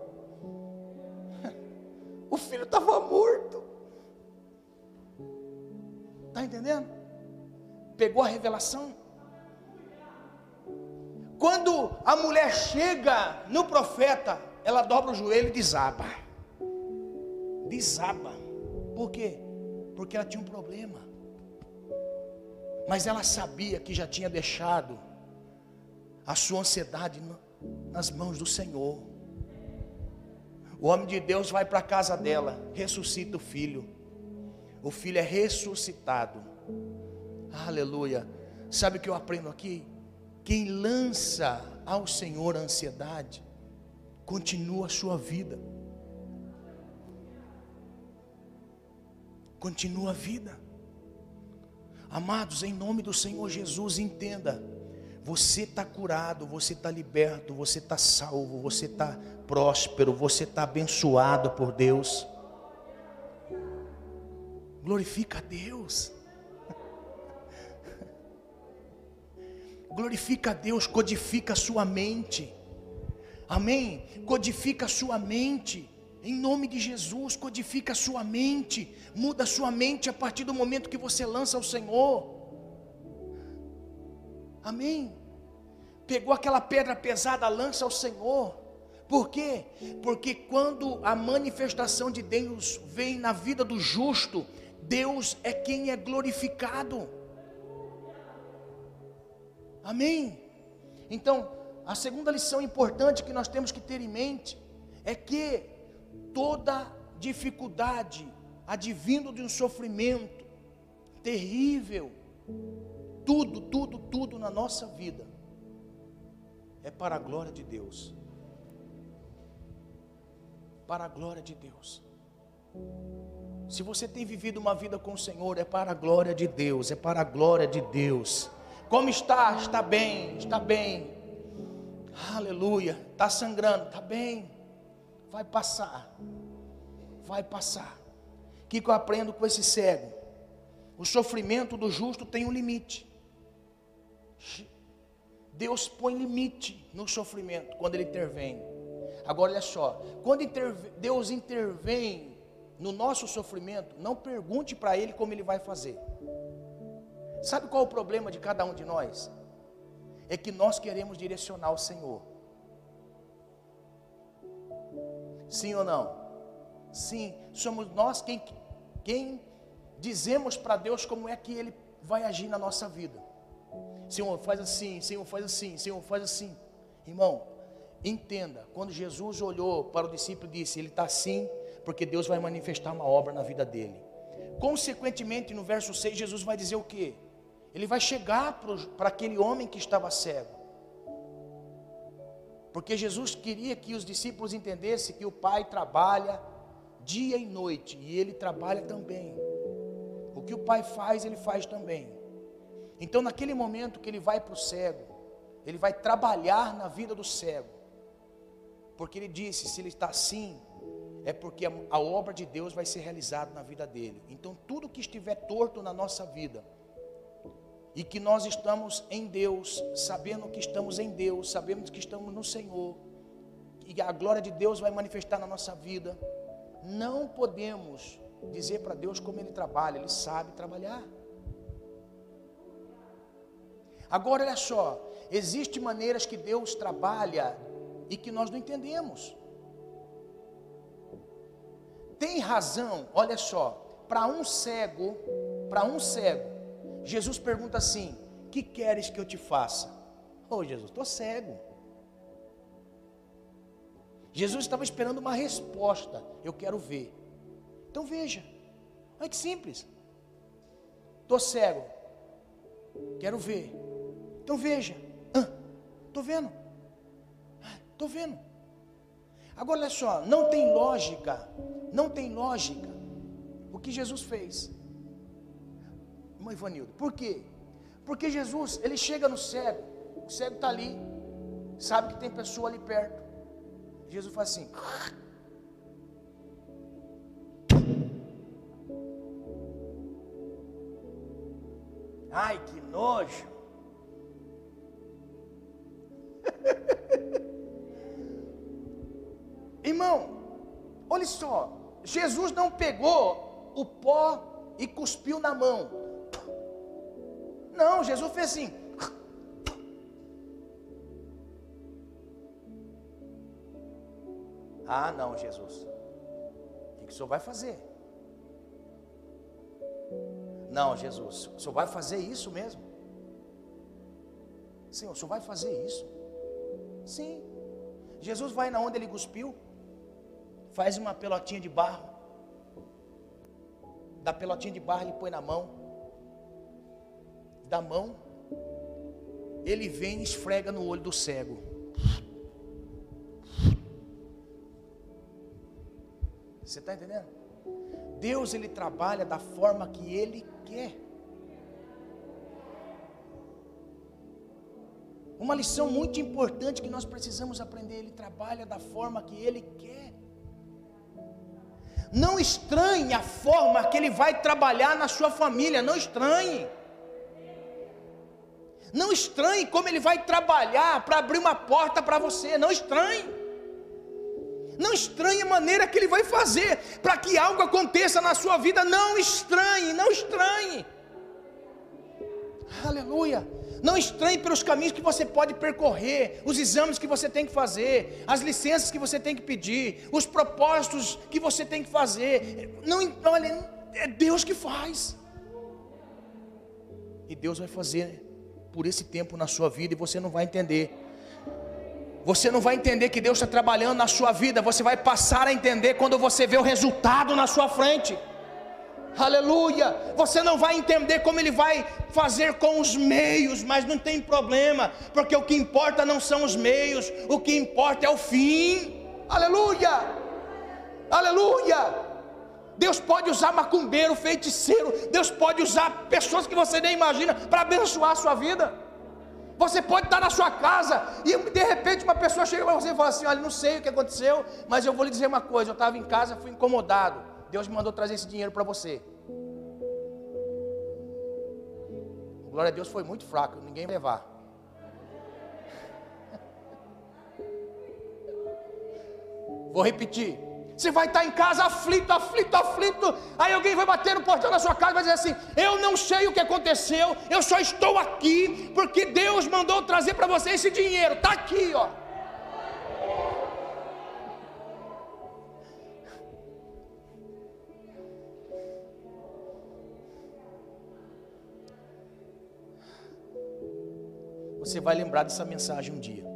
O filho estava morto. Está entendendo? Pegou a revelação. Quando a mulher chega no profeta, ela dobra o joelho e desaba. Desaba. Por quê? Porque ela tinha um problema. Mas ela sabia que já tinha deixado a sua ansiedade nas mãos do Senhor. O homem de Deus vai para a casa dela, ressuscita o filho. O filho é ressuscitado. Aleluia. Sabe o que eu aprendo aqui? Quem lança ao Senhor a ansiedade, continua a sua vida. Continua a vida. Amados, em nome do Senhor Jesus, entenda. Você está curado, você está liberto, você está salvo, você está próspero, você está abençoado por Deus. Glorifica a Deus. Glorifica a Deus, codifica a sua mente. Amém? Codifica a sua mente. Em nome de Jesus, codifica a sua mente. Muda a sua mente a partir do momento que você lança ao Senhor. Amém? Pegou aquela pedra pesada, lança ao Senhor. Por quê? Porque quando a manifestação de Deus vem na vida do justo, Deus é quem é glorificado. Amém? Então, a segunda lição importante que nós temos que ter em mente é que toda dificuldade advindo de um sofrimento terrível, tudo na nossa vida é para a glória de Deus. Para a glória de Deus. Se você tem vivido uma vida com o Senhor, é para a glória de Deus, é para a glória de Deus. Como está? Está bem, está bem. Aleluia. Está sangrando? Está bem. Vai passar. Vai passar. O que eu aprendo com esse cego? O sofrimento do justo tem um limite. Deus põe limite no sofrimento quando Ele intervém. Agora olha só, quando Deus intervém no nosso sofrimento, não pergunte para Ele como Ele vai fazer. Sabe qual é o problema de cada um de nós? É que nós queremos direcionar o Senhor. Sim ou não? Sim, somos nós quem dizemos para Deus como é que Ele vai agir na nossa vida. Senhor, faz assim, Senhor, faz assim, Senhor, faz assim. Irmão, entenda, quando Jesus olhou para o discípulo e disse, ele está assim, porque Deus vai manifestar uma obra na vida dele. Consequentemente, no verso 6, Jesus vai dizer o quê? Ele vai chegar para aquele homem que estava cego. Porque Jesus queria que os discípulos entendessem que o Pai trabalha dia e noite, e Ele trabalha também. O que o Pai faz, Ele faz também. Então naquele momento que Ele vai para o cego, Ele vai trabalhar na vida do cego. Porque Ele disse, se ele está assim, é porque a obra de Deus vai ser realizada na vida dele. Então tudo que estiver torto na nossa vida, e que nós estamos em Deus, sabendo que estamos em Deus, sabemos que estamos no Senhor, e a glória de Deus vai manifestar na nossa vida, não podemos dizer para Deus como Ele trabalha, Ele sabe trabalhar. Agora olha só, existem maneiras que Deus trabalha e que nós não entendemos. Tem razão, olha só, para um cego, Jesus pergunta assim, que queres que eu te faça? Ô Jesus, estou cego. Jesus estava esperando uma resposta, eu quero ver. Então veja, olha que simples. Estou cego, quero ver. Então veja, estou vendo. Estou vendo. Agora olha só, não tem lógica o que Jesus fez. Irmão Ivanildo, por quê? Porque Jesus, Ele chega no cego, o cego está ali, sabe que tem pessoa ali perto. Jesus faz assim. Ai, que nojo. Irmão, olha só, Jesus não pegou o pó e cuspiu na mão. Não, Jesus fez assim. Ah, não, Jesus. O que o Senhor vai fazer? Não, Jesus, o Senhor vai fazer isso mesmo? Senhor, o Senhor vai fazer isso? Sim. Jesus vai na onde Ele cuspiu, faz uma pelotinha de barro, da pelotinha de barro Ele põe na mão, da mão, Ele vem e esfrega no olho do cego. Você está entendendo? Deus, Ele trabalha da forma que Ele quer. Uma lição muito importante que nós precisamos aprender, Ele trabalha da forma que Ele quer. Não estranhe a forma que Ele vai trabalhar na sua família, não estranhe. Não estranhe como Ele vai trabalhar para abrir uma porta para você. Não estranhe. Não estranhe a maneira que Ele vai fazer para que algo aconteça na sua vida. Não estranhe, não estranhe. Aleluia. Não estranhe pelos caminhos que você pode percorrer, os exames que você tem que fazer, as licenças que você tem que pedir, os propósitos que você tem que fazer. Não, olha, é Deus que faz. E Deus vai fazer por esse tempo na sua vida e você não vai entender. Você não vai entender que Deus está trabalhando na sua vida. Você vai passar a entender quando você vê o resultado na sua frente. Aleluia. Você não vai entender como Ele vai fazer com os meios, mas não tem problema, porque o que importa não são os meios, o que importa é o fim. Aleluia. Aleluia. Deus pode usar macumbeiro, feiticeiro, Deus pode usar pessoas que você nem imagina para abençoar a sua vida. Você pode estar na sua casa e de repente uma pessoa chega para você e fala assim: olha, não sei o que aconteceu, mas eu vou lhe dizer uma coisa, eu estava em casa, fui incomodado, Deus me mandou trazer esse dinheiro para você. Glória a Deus, foi muito fraco, ninguém vai levar. Vou repetir. Você vai estar em casa aflito, aí alguém vai bater no portão da sua casa e vai dizer assim: eu não sei o que aconteceu, eu só estou aqui porque Deus mandou trazer para você esse dinheiro, está aqui, ó. Você vai lembrar dessa mensagem um dia.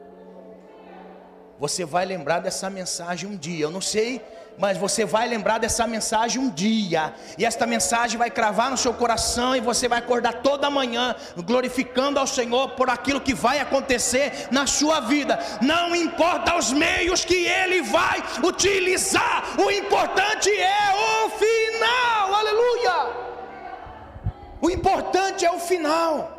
Você vai lembrar dessa mensagem um dia. Eu não sei, mas você vai lembrar dessa mensagem um dia. E esta mensagem vai cravar no seu coração. E você vai acordar toda manhã glorificando ao Senhor por aquilo que vai acontecer na sua vida. Não importa os meios que Ele vai utilizar, o importante é o final. Aleluia. O importante é o final.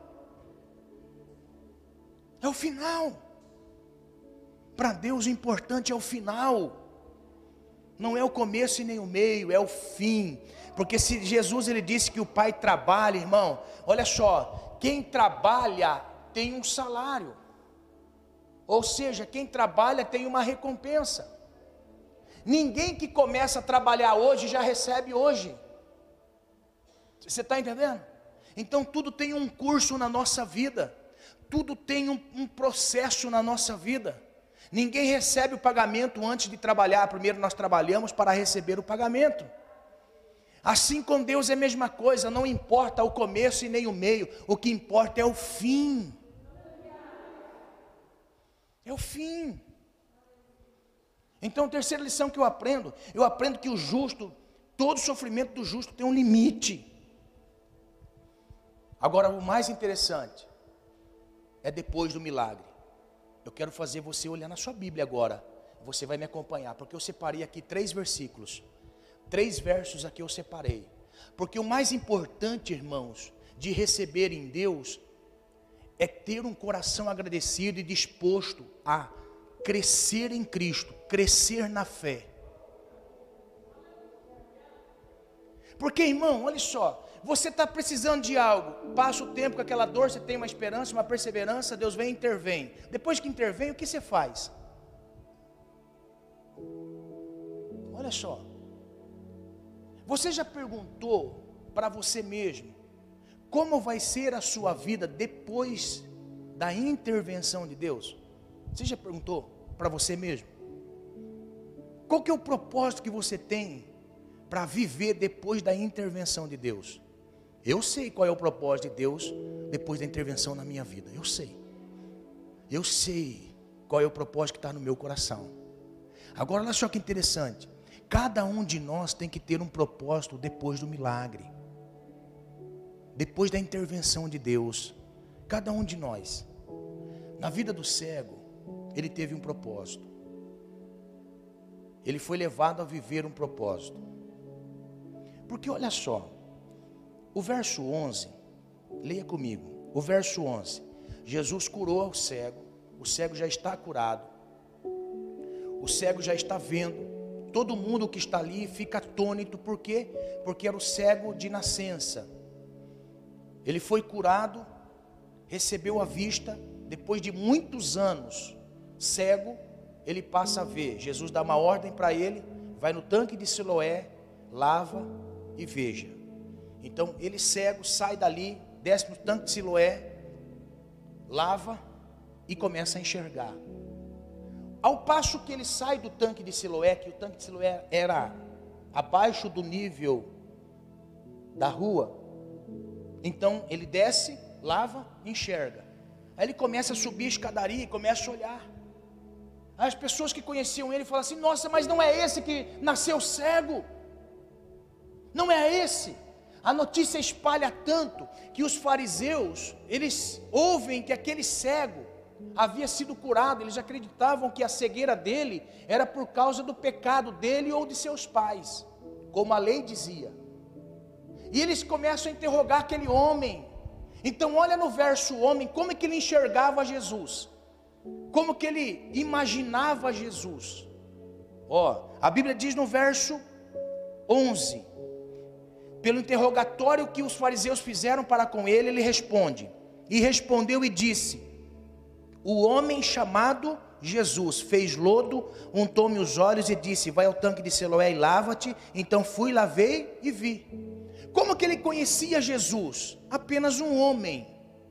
É o final. Para Deus o importante é o final. Não é o começo e nem o meio, é o fim. Porque se Jesus ele disse que o Pai trabalha, irmão, olha só, quem trabalha tem um salário. Ou seja, quem trabalha tem uma recompensa. Ninguém que começa a trabalhar hoje já recebe hoje. Você está entendendo? Então tudo tem um curso na nossa vida. Tudo tem um processo na nossa vida. Ninguém recebe o pagamento antes de trabalhar. Primeiro nós trabalhamos para receber o pagamento. Assim com Deus é a mesma coisa. Não importa o começo e nem o meio. O que importa é o fim. É o fim. Então a terceira lição que eu aprendo que o justo, todo sofrimento do justo tem um limite. Agora o mais interessante é depois do milagre. Eu quero fazer você olhar na sua Bíblia agora. Você vai me acompanhar, porque eu separei aqui 3 versículos. 3 versos aqui eu separei. Porque o mais importante, irmãos, de receber em Deus é ter um coração agradecido e disposto a crescer em Cristo, crescer na fé. Porque, irmão, olha só, você está precisando de algo, passa o tempo com aquela dor, você tem uma esperança, uma perseverança, Deus vem e intervém. Depois que intervém, o que você faz? Olha só, você já perguntou para você mesmo, como vai ser a sua vida depois da intervenção de Deus? Você já perguntou para você mesmo? Qual que é o propósito que você tem para viver depois da intervenção de Deus? Eu sei qual é o propósito de Deus depois da intervenção na minha vida. Eu sei. Eu sei qual é o propósito que está no meu coração. Agora olha só que interessante. Cada um de nós tem que ter um propósito depois do milagre. Depois da intervenção de Deus. Cada um de nós. Na vida do cego, ele teve um propósito. Ele foi levado a viver um propósito. Porque olha só, o verso 11, leia comigo, o verso 11, Jesus curou o cego já está curado, o cego já está vendo, todo mundo que está ali fica atônito, por quê? Porque era o cego de nascença, ele foi curado recebeu a vista, depois de muitos anos cego, ele passa a ver. Jesus dá uma ordem para ele, vai no tanque de Siloé, lava e veja. Então ele cego sai dali, desce no tanque de Siloé, lava e começa a enxergar. Ao passo que ele sai do tanque de Siloé, que o tanque de Siloé era abaixo do nível da rua, então ele desce, lava e enxerga. Aí ele começa a subir a escadaria e começa a olhar. As pessoas que conheciam ele falam assim: nossa, mas não é esse que nasceu cego? Não é esse? A notícia espalha tanto que os fariseus, eles ouvem que aquele cego havia sido curado. Eles acreditavam que a cegueira dele era por causa do pecado dele ou de seus pais, como a lei dizia. E eles começam a interrogar aquele homem. Então olha no verso o homem, como é que ele enxergava Jesus, como que ele imaginava Jesus. A Bíblia diz no verso 11, pelo interrogatório que os fariseus fizeram para com ele, ele responde, e respondeu e disse: o homem chamado Jesus fez lodo, untou-me os olhos e disse: vai ao tanque de Siloé e lava-te. Então fui, lavei e vi. Como que ele conhecia Jesus? Apenas um homem.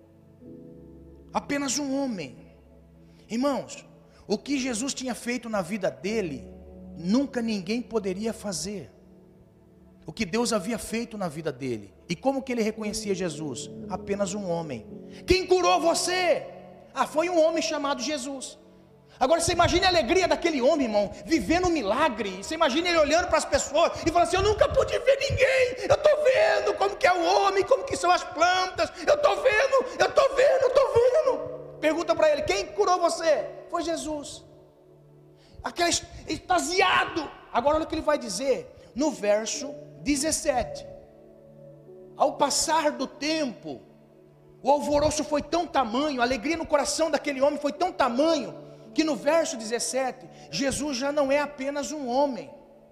Apenas um homem. Irmãos, o que Jesus tinha feito na vida dele, nunca ninguém poderia fazer. O que Deus havia feito na vida dele. E como que ele reconhecia Jesus? Apenas um homem. Quem curou você? Foi um homem chamado Jesus. Agora você imagine a alegria daquele homem, irmão, vivendo um milagre. Você imagina ele olhando para as pessoas e falando assim: eu nunca pude ver ninguém, eu estou vendo como que é o homem, como que são as plantas, eu estou vendo, eu estou vendo, eu estou vendo. Pergunta para ele: quem curou você? Foi Jesus. Aquele extasiado. Agora olha o que ele vai dizer no verso 17: ao passar do tempo, o alvoroço foi tão tamanho, a alegria no coração daquele homem foi tão tamanho, que no verso 17, Jesus já não é apenas um homem.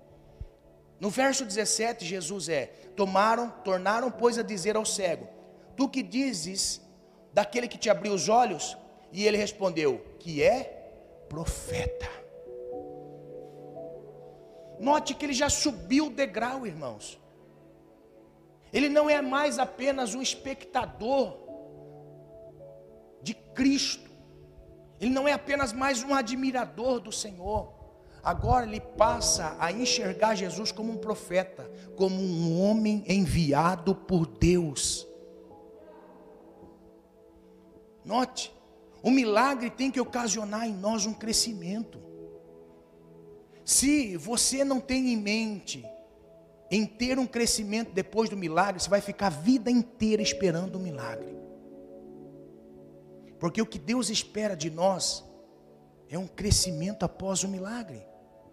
No verso 17, Jesus tornaram pois a dizer ao cego: tu que dizes daquele que te abriu os olhos? E ele respondeu: que é profeta. Note que ele já subiu o degrau, irmãos. Ele não é mais apenas um espectador de Cristo. Ele não é apenas mais um admirador do Senhor. Agora ele passa a enxergar Jesus como um profeta, como um homem enviado por Deus. Note, o milagre tem que ocasionar em nós um crescimento. Se você não tem em mente em ter um crescimento depois do milagre, você vai ficar a vida inteira esperando o milagre. Porque o que Deus espera de nós é um crescimento após o milagre.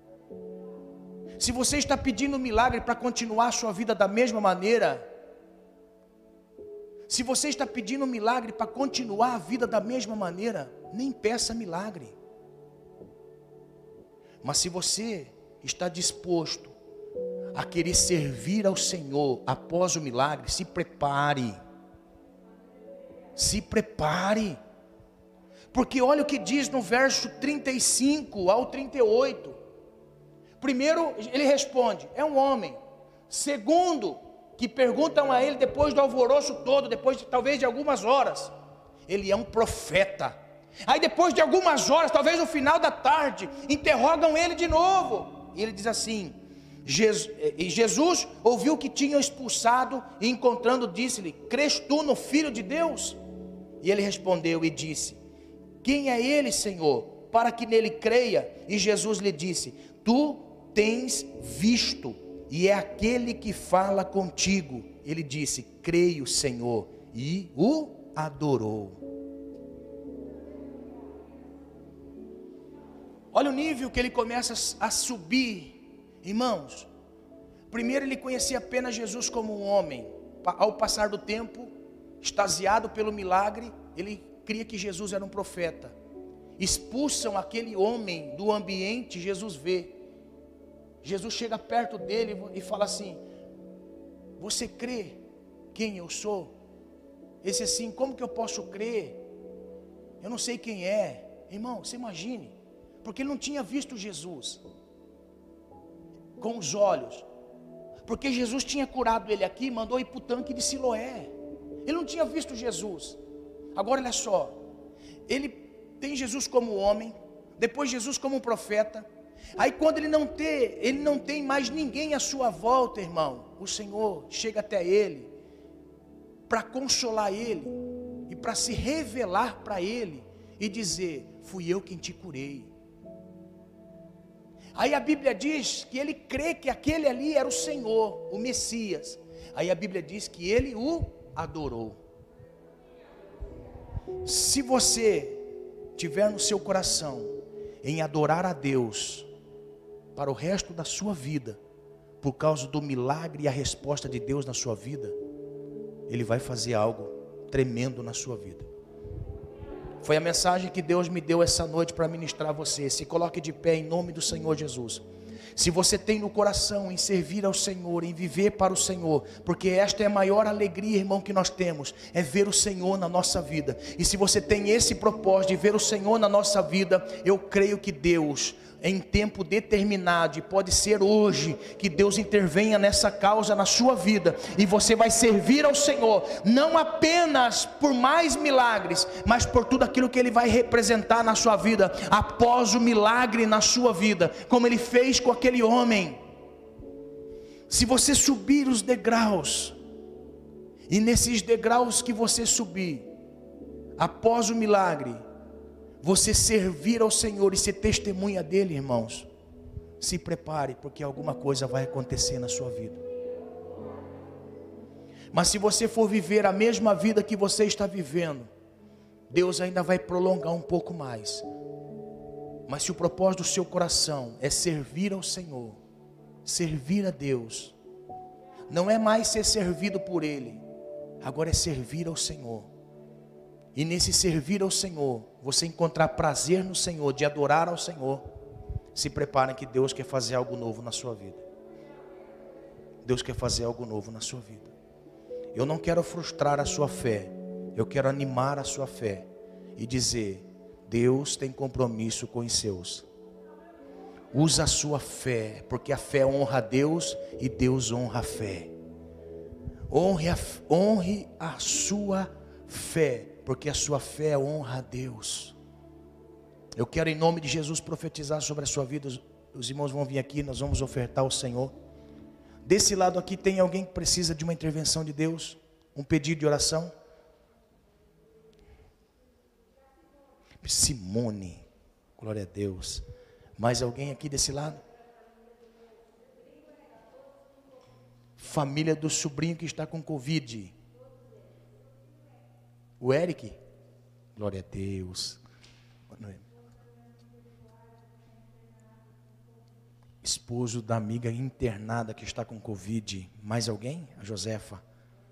Se você está pedindo um milagre para continuar a sua vida da mesma maneira, se você está pedindo um milagre para continuar a vida da mesma maneira, nem peça milagre. Mas se você está disposto a querer servir ao Senhor após o milagre, se prepare. Se prepare. Porque olha o que diz no verso 35 ao 38. Primeiro, ele responde: é um homem. Segundo, que perguntam a ele depois do alvoroço todo, depois talvez de algumas horas, ele é um profeta. Aí depois de algumas horas, talvez no final da tarde, interrogam ele de novo. E ele diz assim: Jesus ouviu que tinham expulsado e encontrando disse-lhe: crês tu no Filho de Deus? E ele respondeu e disse: quem é ele, Senhor, para que nele creia? E Jesus lhe disse: tu tens visto, e é aquele que fala contigo. Ele disse: creio, Senhor, e o adorou. Olha o nível que ele começa a subir, irmãos. Primeiro ele conhecia apenas Jesus como um homem. Ao passar do tempo, extasiado pelo milagre, ele cria que Jesus era um profeta. Expulsam aquele homem do ambiente, Jesus vê. Jesus chega perto dele e fala assim: você crê quem eu sou? Ele disse assim: como que eu posso crer? Eu não sei quem é. Irmão, você imagine, porque ele não tinha visto Jesus com os olhos, porque Jesus tinha curado ele aqui, mandou ir para o tanque de Siloé. Ele não tinha visto Jesus. Agora olha só, ele tem Jesus como homem, depois Jesus como um profeta. Aí quando ele não tem mais ninguém à sua volta, irmão, o Senhor chega até ele para consolar ele e para se revelar para ele e dizer: fui eu quem te curei. Aí a Bíblia diz que ele crê que aquele ali era o Senhor, o Messias. Aí a Bíblia diz que ele o adorou. Se você tiver no seu coração em adorar a Deus para o resto da sua vida, por causa do milagre e a resposta de Deus na sua vida, Ele vai fazer algo tremendo na sua vida. Foi a mensagem que Deus me deu essa noite para ministrar a você. Se coloque de pé em nome do Senhor Jesus. Se você tem no coração em servir ao Senhor, em viver para o Senhor, porque esta é a maior alegria, irmão, que nós temos, é ver o Senhor na nossa vida. E se você tem esse propósito de ver o Senhor na nossa vida, eu creio que Deus, em tempo determinado, e pode ser hoje, que Deus intervenha nessa causa na sua vida, e você vai servir ao Senhor, não apenas por mais milagres, mas por tudo aquilo que Ele vai representar na sua vida, após o milagre na sua vida, como Ele fez com aquele homem. Se você subir os degraus, e nesses degraus que você subir, após o milagre, você servir ao Senhor e ser testemunha dele, irmãos, se prepare, porque alguma coisa vai acontecer na sua vida. Mas se você for viver a mesma vida que você está vivendo, Deus ainda vai prolongar um pouco mais. Mas se o propósito do seu coração é servir ao Senhor, servir a Deus, não é mais ser servido por Ele, agora é servir ao Senhor. E nesse servir ao Senhor, você encontrar prazer no Senhor, de adorar ao Senhor, se preparem que Deus quer fazer algo novo na sua vida. Deus quer fazer algo novo na sua vida. Eu não quero frustrar a sua fé, eu quero animar a sua fé e dizer: Deus tem compromisso com os seus. Usa a sua fé, porque a fé honra a Deus e Deus honra a fé. Honre a sua fé, porque a sua fé honra a Deus. Eu quero em nome de Jesus profetizar sobre a sua vida. Os irmãos vão vir aqui, nós vamos ofertar ao Senhor. Desse lado aqui tem alguém que precisa de uma intervenção de Deus, um pedido de oração? Simone, glória a Deus. Mais alguém aqui desse lado? Família do sobrinho que está com Covid. O Eric, glória a Deus. Esposo da amiga internada que está com Covid. Mais alguém? A Josefa.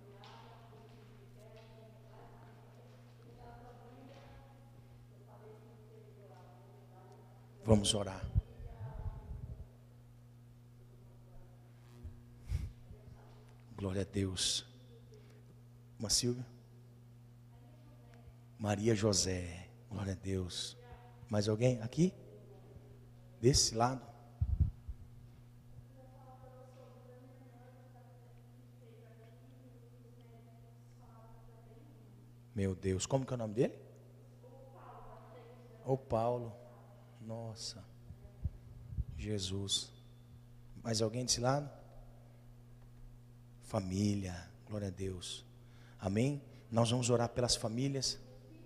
Vamos orar. Glória a Deus. Uma Silvia. Maria José, glória a Deus. Mais alguém aqui? Desse lado? Meu Deus, como que é o nome dele? O Paulo. Nossa. Jesus. Mais alguém desse lado? Família, glória a Deus. Amém? Nós vamos orar pelas famílias.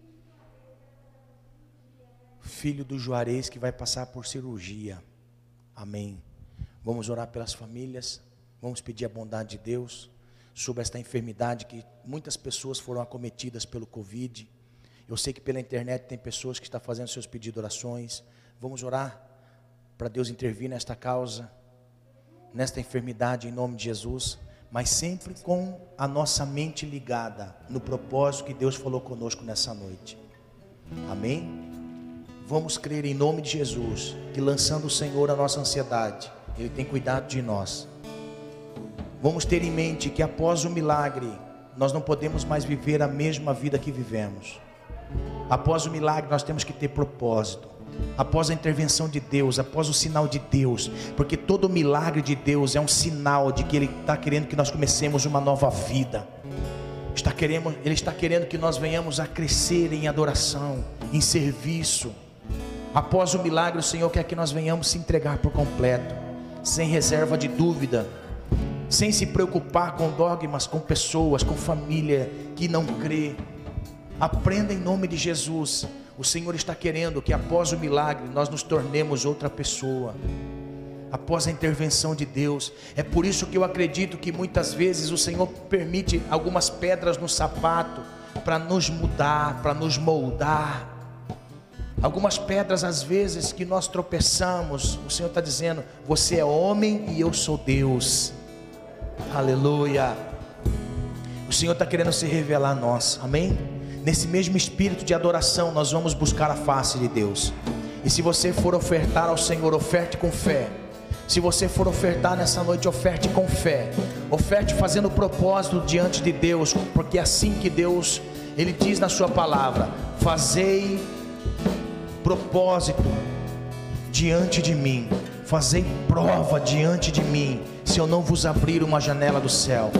Filho do Juarez que vai passar por cirurgia. Amém. Vamos orar pelas famílias. Vamos pedir a bondade de Deus sobre esta enfermidade que muitas pessoas foram acometidas pelo Covid. Eu sei que pela internet tem pessoas que estão fazendo seus pedidos de orações. Vamos orar para Deus intervir nesta causa, nesta enfermidade em nome de Jesus, mas sempre com a nossa mente ligada no propósito que Deus falou conosco nessa noite. Amém? Vamos crer em nome de Jesus, que lançando o Senhor a nossa ansiedade, Ele tem cuidado de nós. Vamos ter em mente que após o milagre, nós não podemos mais viver a mesma vida que vivemos. Após o milagre nós temos que ter propósito. Após a intervenção de Deus, após o sinal de Deus, porque todo milagre de Deus é um sinal de que Ele está querendo que nós comecemos uma nova vida. Ele está querendo que nós venhamos a crescer em adoração, em serviço. Após o milagre, o Senhor quer que nós venhamos se entregar por completo, sem reserva de dúvida, sem se preocupar com dogmas, com pessoas, com família que não crê. Aprenda em nome de Jesus. O Senhor está querendo que após o milagre nós nos tornemos outra pessoa, após a intervenção de Deus. É por isso que eu acredito que muitas vezes o Senhor permite algumas pedras no sapato para nos mudar, para nos moldar. Algumas pedras às vezes que nós tropeçamos, o Senhor está dizendo: você é homem e eu sou Deus. Aleluia. O Senhor está querendo se revelar a nós, amém? Nesse mesmo espírito de adoração nós vamos buscar a face de Deus. E se você for ofertar ao Senhor, oferte com fé. Se você for ofertar nessa noite, oferte com fé. Oferte fazendo propósito diante de Deus, porque é assim que Deus, Ele diz na sua palavra: fazei propósito diante de mim, fazei prova diante de mim, se eu não vos abrir uma janela do céu.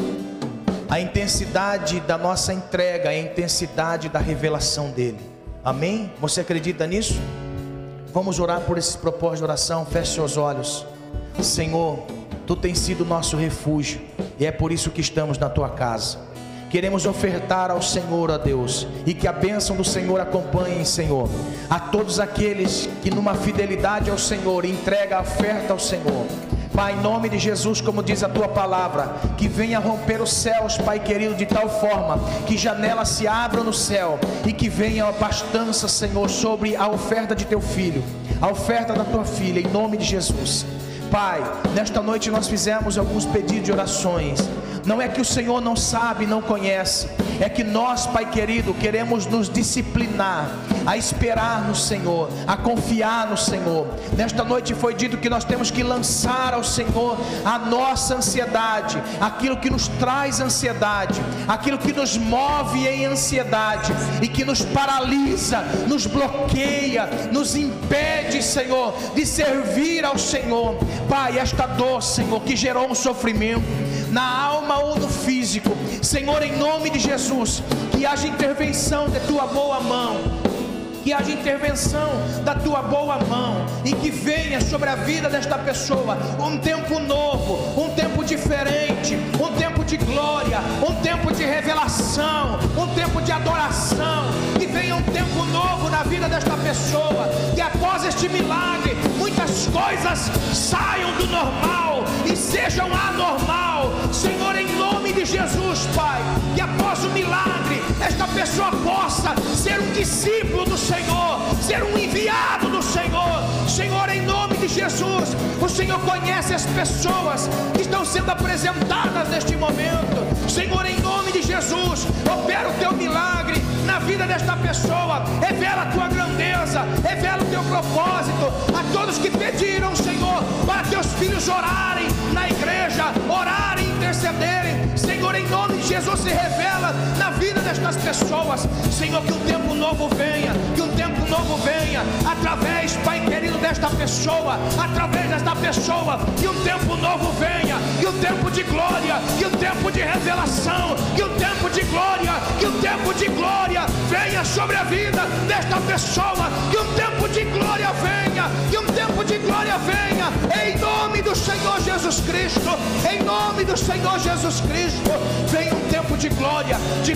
A intensidade da nossa entrega é a intensidade da revelação dEle, amém? Você acredita nisso? Vamos orar por esses propósitos de oração. Feche seus olhos. Senhor, Tu tens sido nosso refúgio, e é por isso que estamos na Tua casa. Queremos ofertar ao Senhor, ó Deus, e que a bênção do Senhor acompanhe, Senhor, a todos aqueles que numa fidelidade ao Senhor entrega a oferta ao Senhor. Pai, em nome de Jesus, como diz a Tua palavra, que venha romper os céus, Pai querido, de tal forma que janelas se abram no céu e que venha a abastança, Senhor, sobre a oferta de Teu Filho, a oferta da Tua filha, em nome de Jesus. Pai, nesta noite nós fizemos alguns pedidos de orações. Não é que o Senhor não sabe, não conhece, é que nós, Pai querido, queremos nos disciplinar a esperar no Senhor, a confiar no Senhor. Nesta noite foi dito que nós temos que lançar ao Senhor a nossa ansiedade, aquilo que nos traz ansiedade, aquilo que nos move em ansiedade e que nos paralisa, nos bloqueia, nos impede, Senhor, de servir ao Senhor. Pai, esta dor, Senhor, que gerou um sofrimento na alma ou no físico, Senhor, em nome de Jesus, que haja intervenção de Tua boa mão, que haja intervenção da Tua boa mão, e que venha sobre a vida desta pessoa um tempo novo, um tempo diferente, um tempo de glória, um tempo de revelação, um tempo de adoração. Que venha um tempo novo na vida desta pessoa, que após este milagre muitas coisas saiam do normal e sejam anormal, Senhor, em nome de Jesus, Pai. Que após o milagre esta pessoa possa ser um discípulo do Senhor, ser um enviado do Senhor. Senhor, em nome de Jesus, o Senhor conhece as pessoas que estão sendo apresentadas neste momento. Senhor, em nome de Jesus, opera o Teu milagre na vida desta pessoa, revela a Tua grandeza, revela o Teu propósito. A todos que pediram, Senhor, para Teus filhos orarem na igreja, orarem, intercederem, Senhor, em nome de Jesus, se revela na vida destas pessoas. Senhor, que um tempo novo venha, que um tempo novo venha, através, Pai querido, desta pessoa, através desta pessoa, que um tempo novo venha, que um tempo de glória, que um tempo de revelação, que um tempo de glória, que um tempo de glória venha sobre a vida desta pessoa, que um tempo de glória venha, que um tempo de glória venha, em nome do Senhor Jesus Cristo, em nome do Senhor Jesus Cristo. Venha um tempo de glória,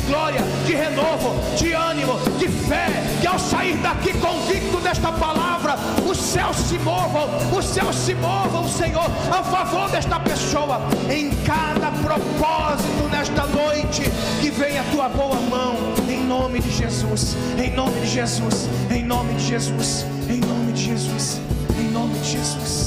de renovo, de ânimo, de fé, que ao sair daqui convicto desta palavra, os céus se movam, Senhor, a favor desta pessoa, em cada propósito nesta noite. Que venha a Tua boa mão, em nome de Jesus, em nome de Jesus, em nome de Jesus, em nome de Jesus, em nome de Jesus.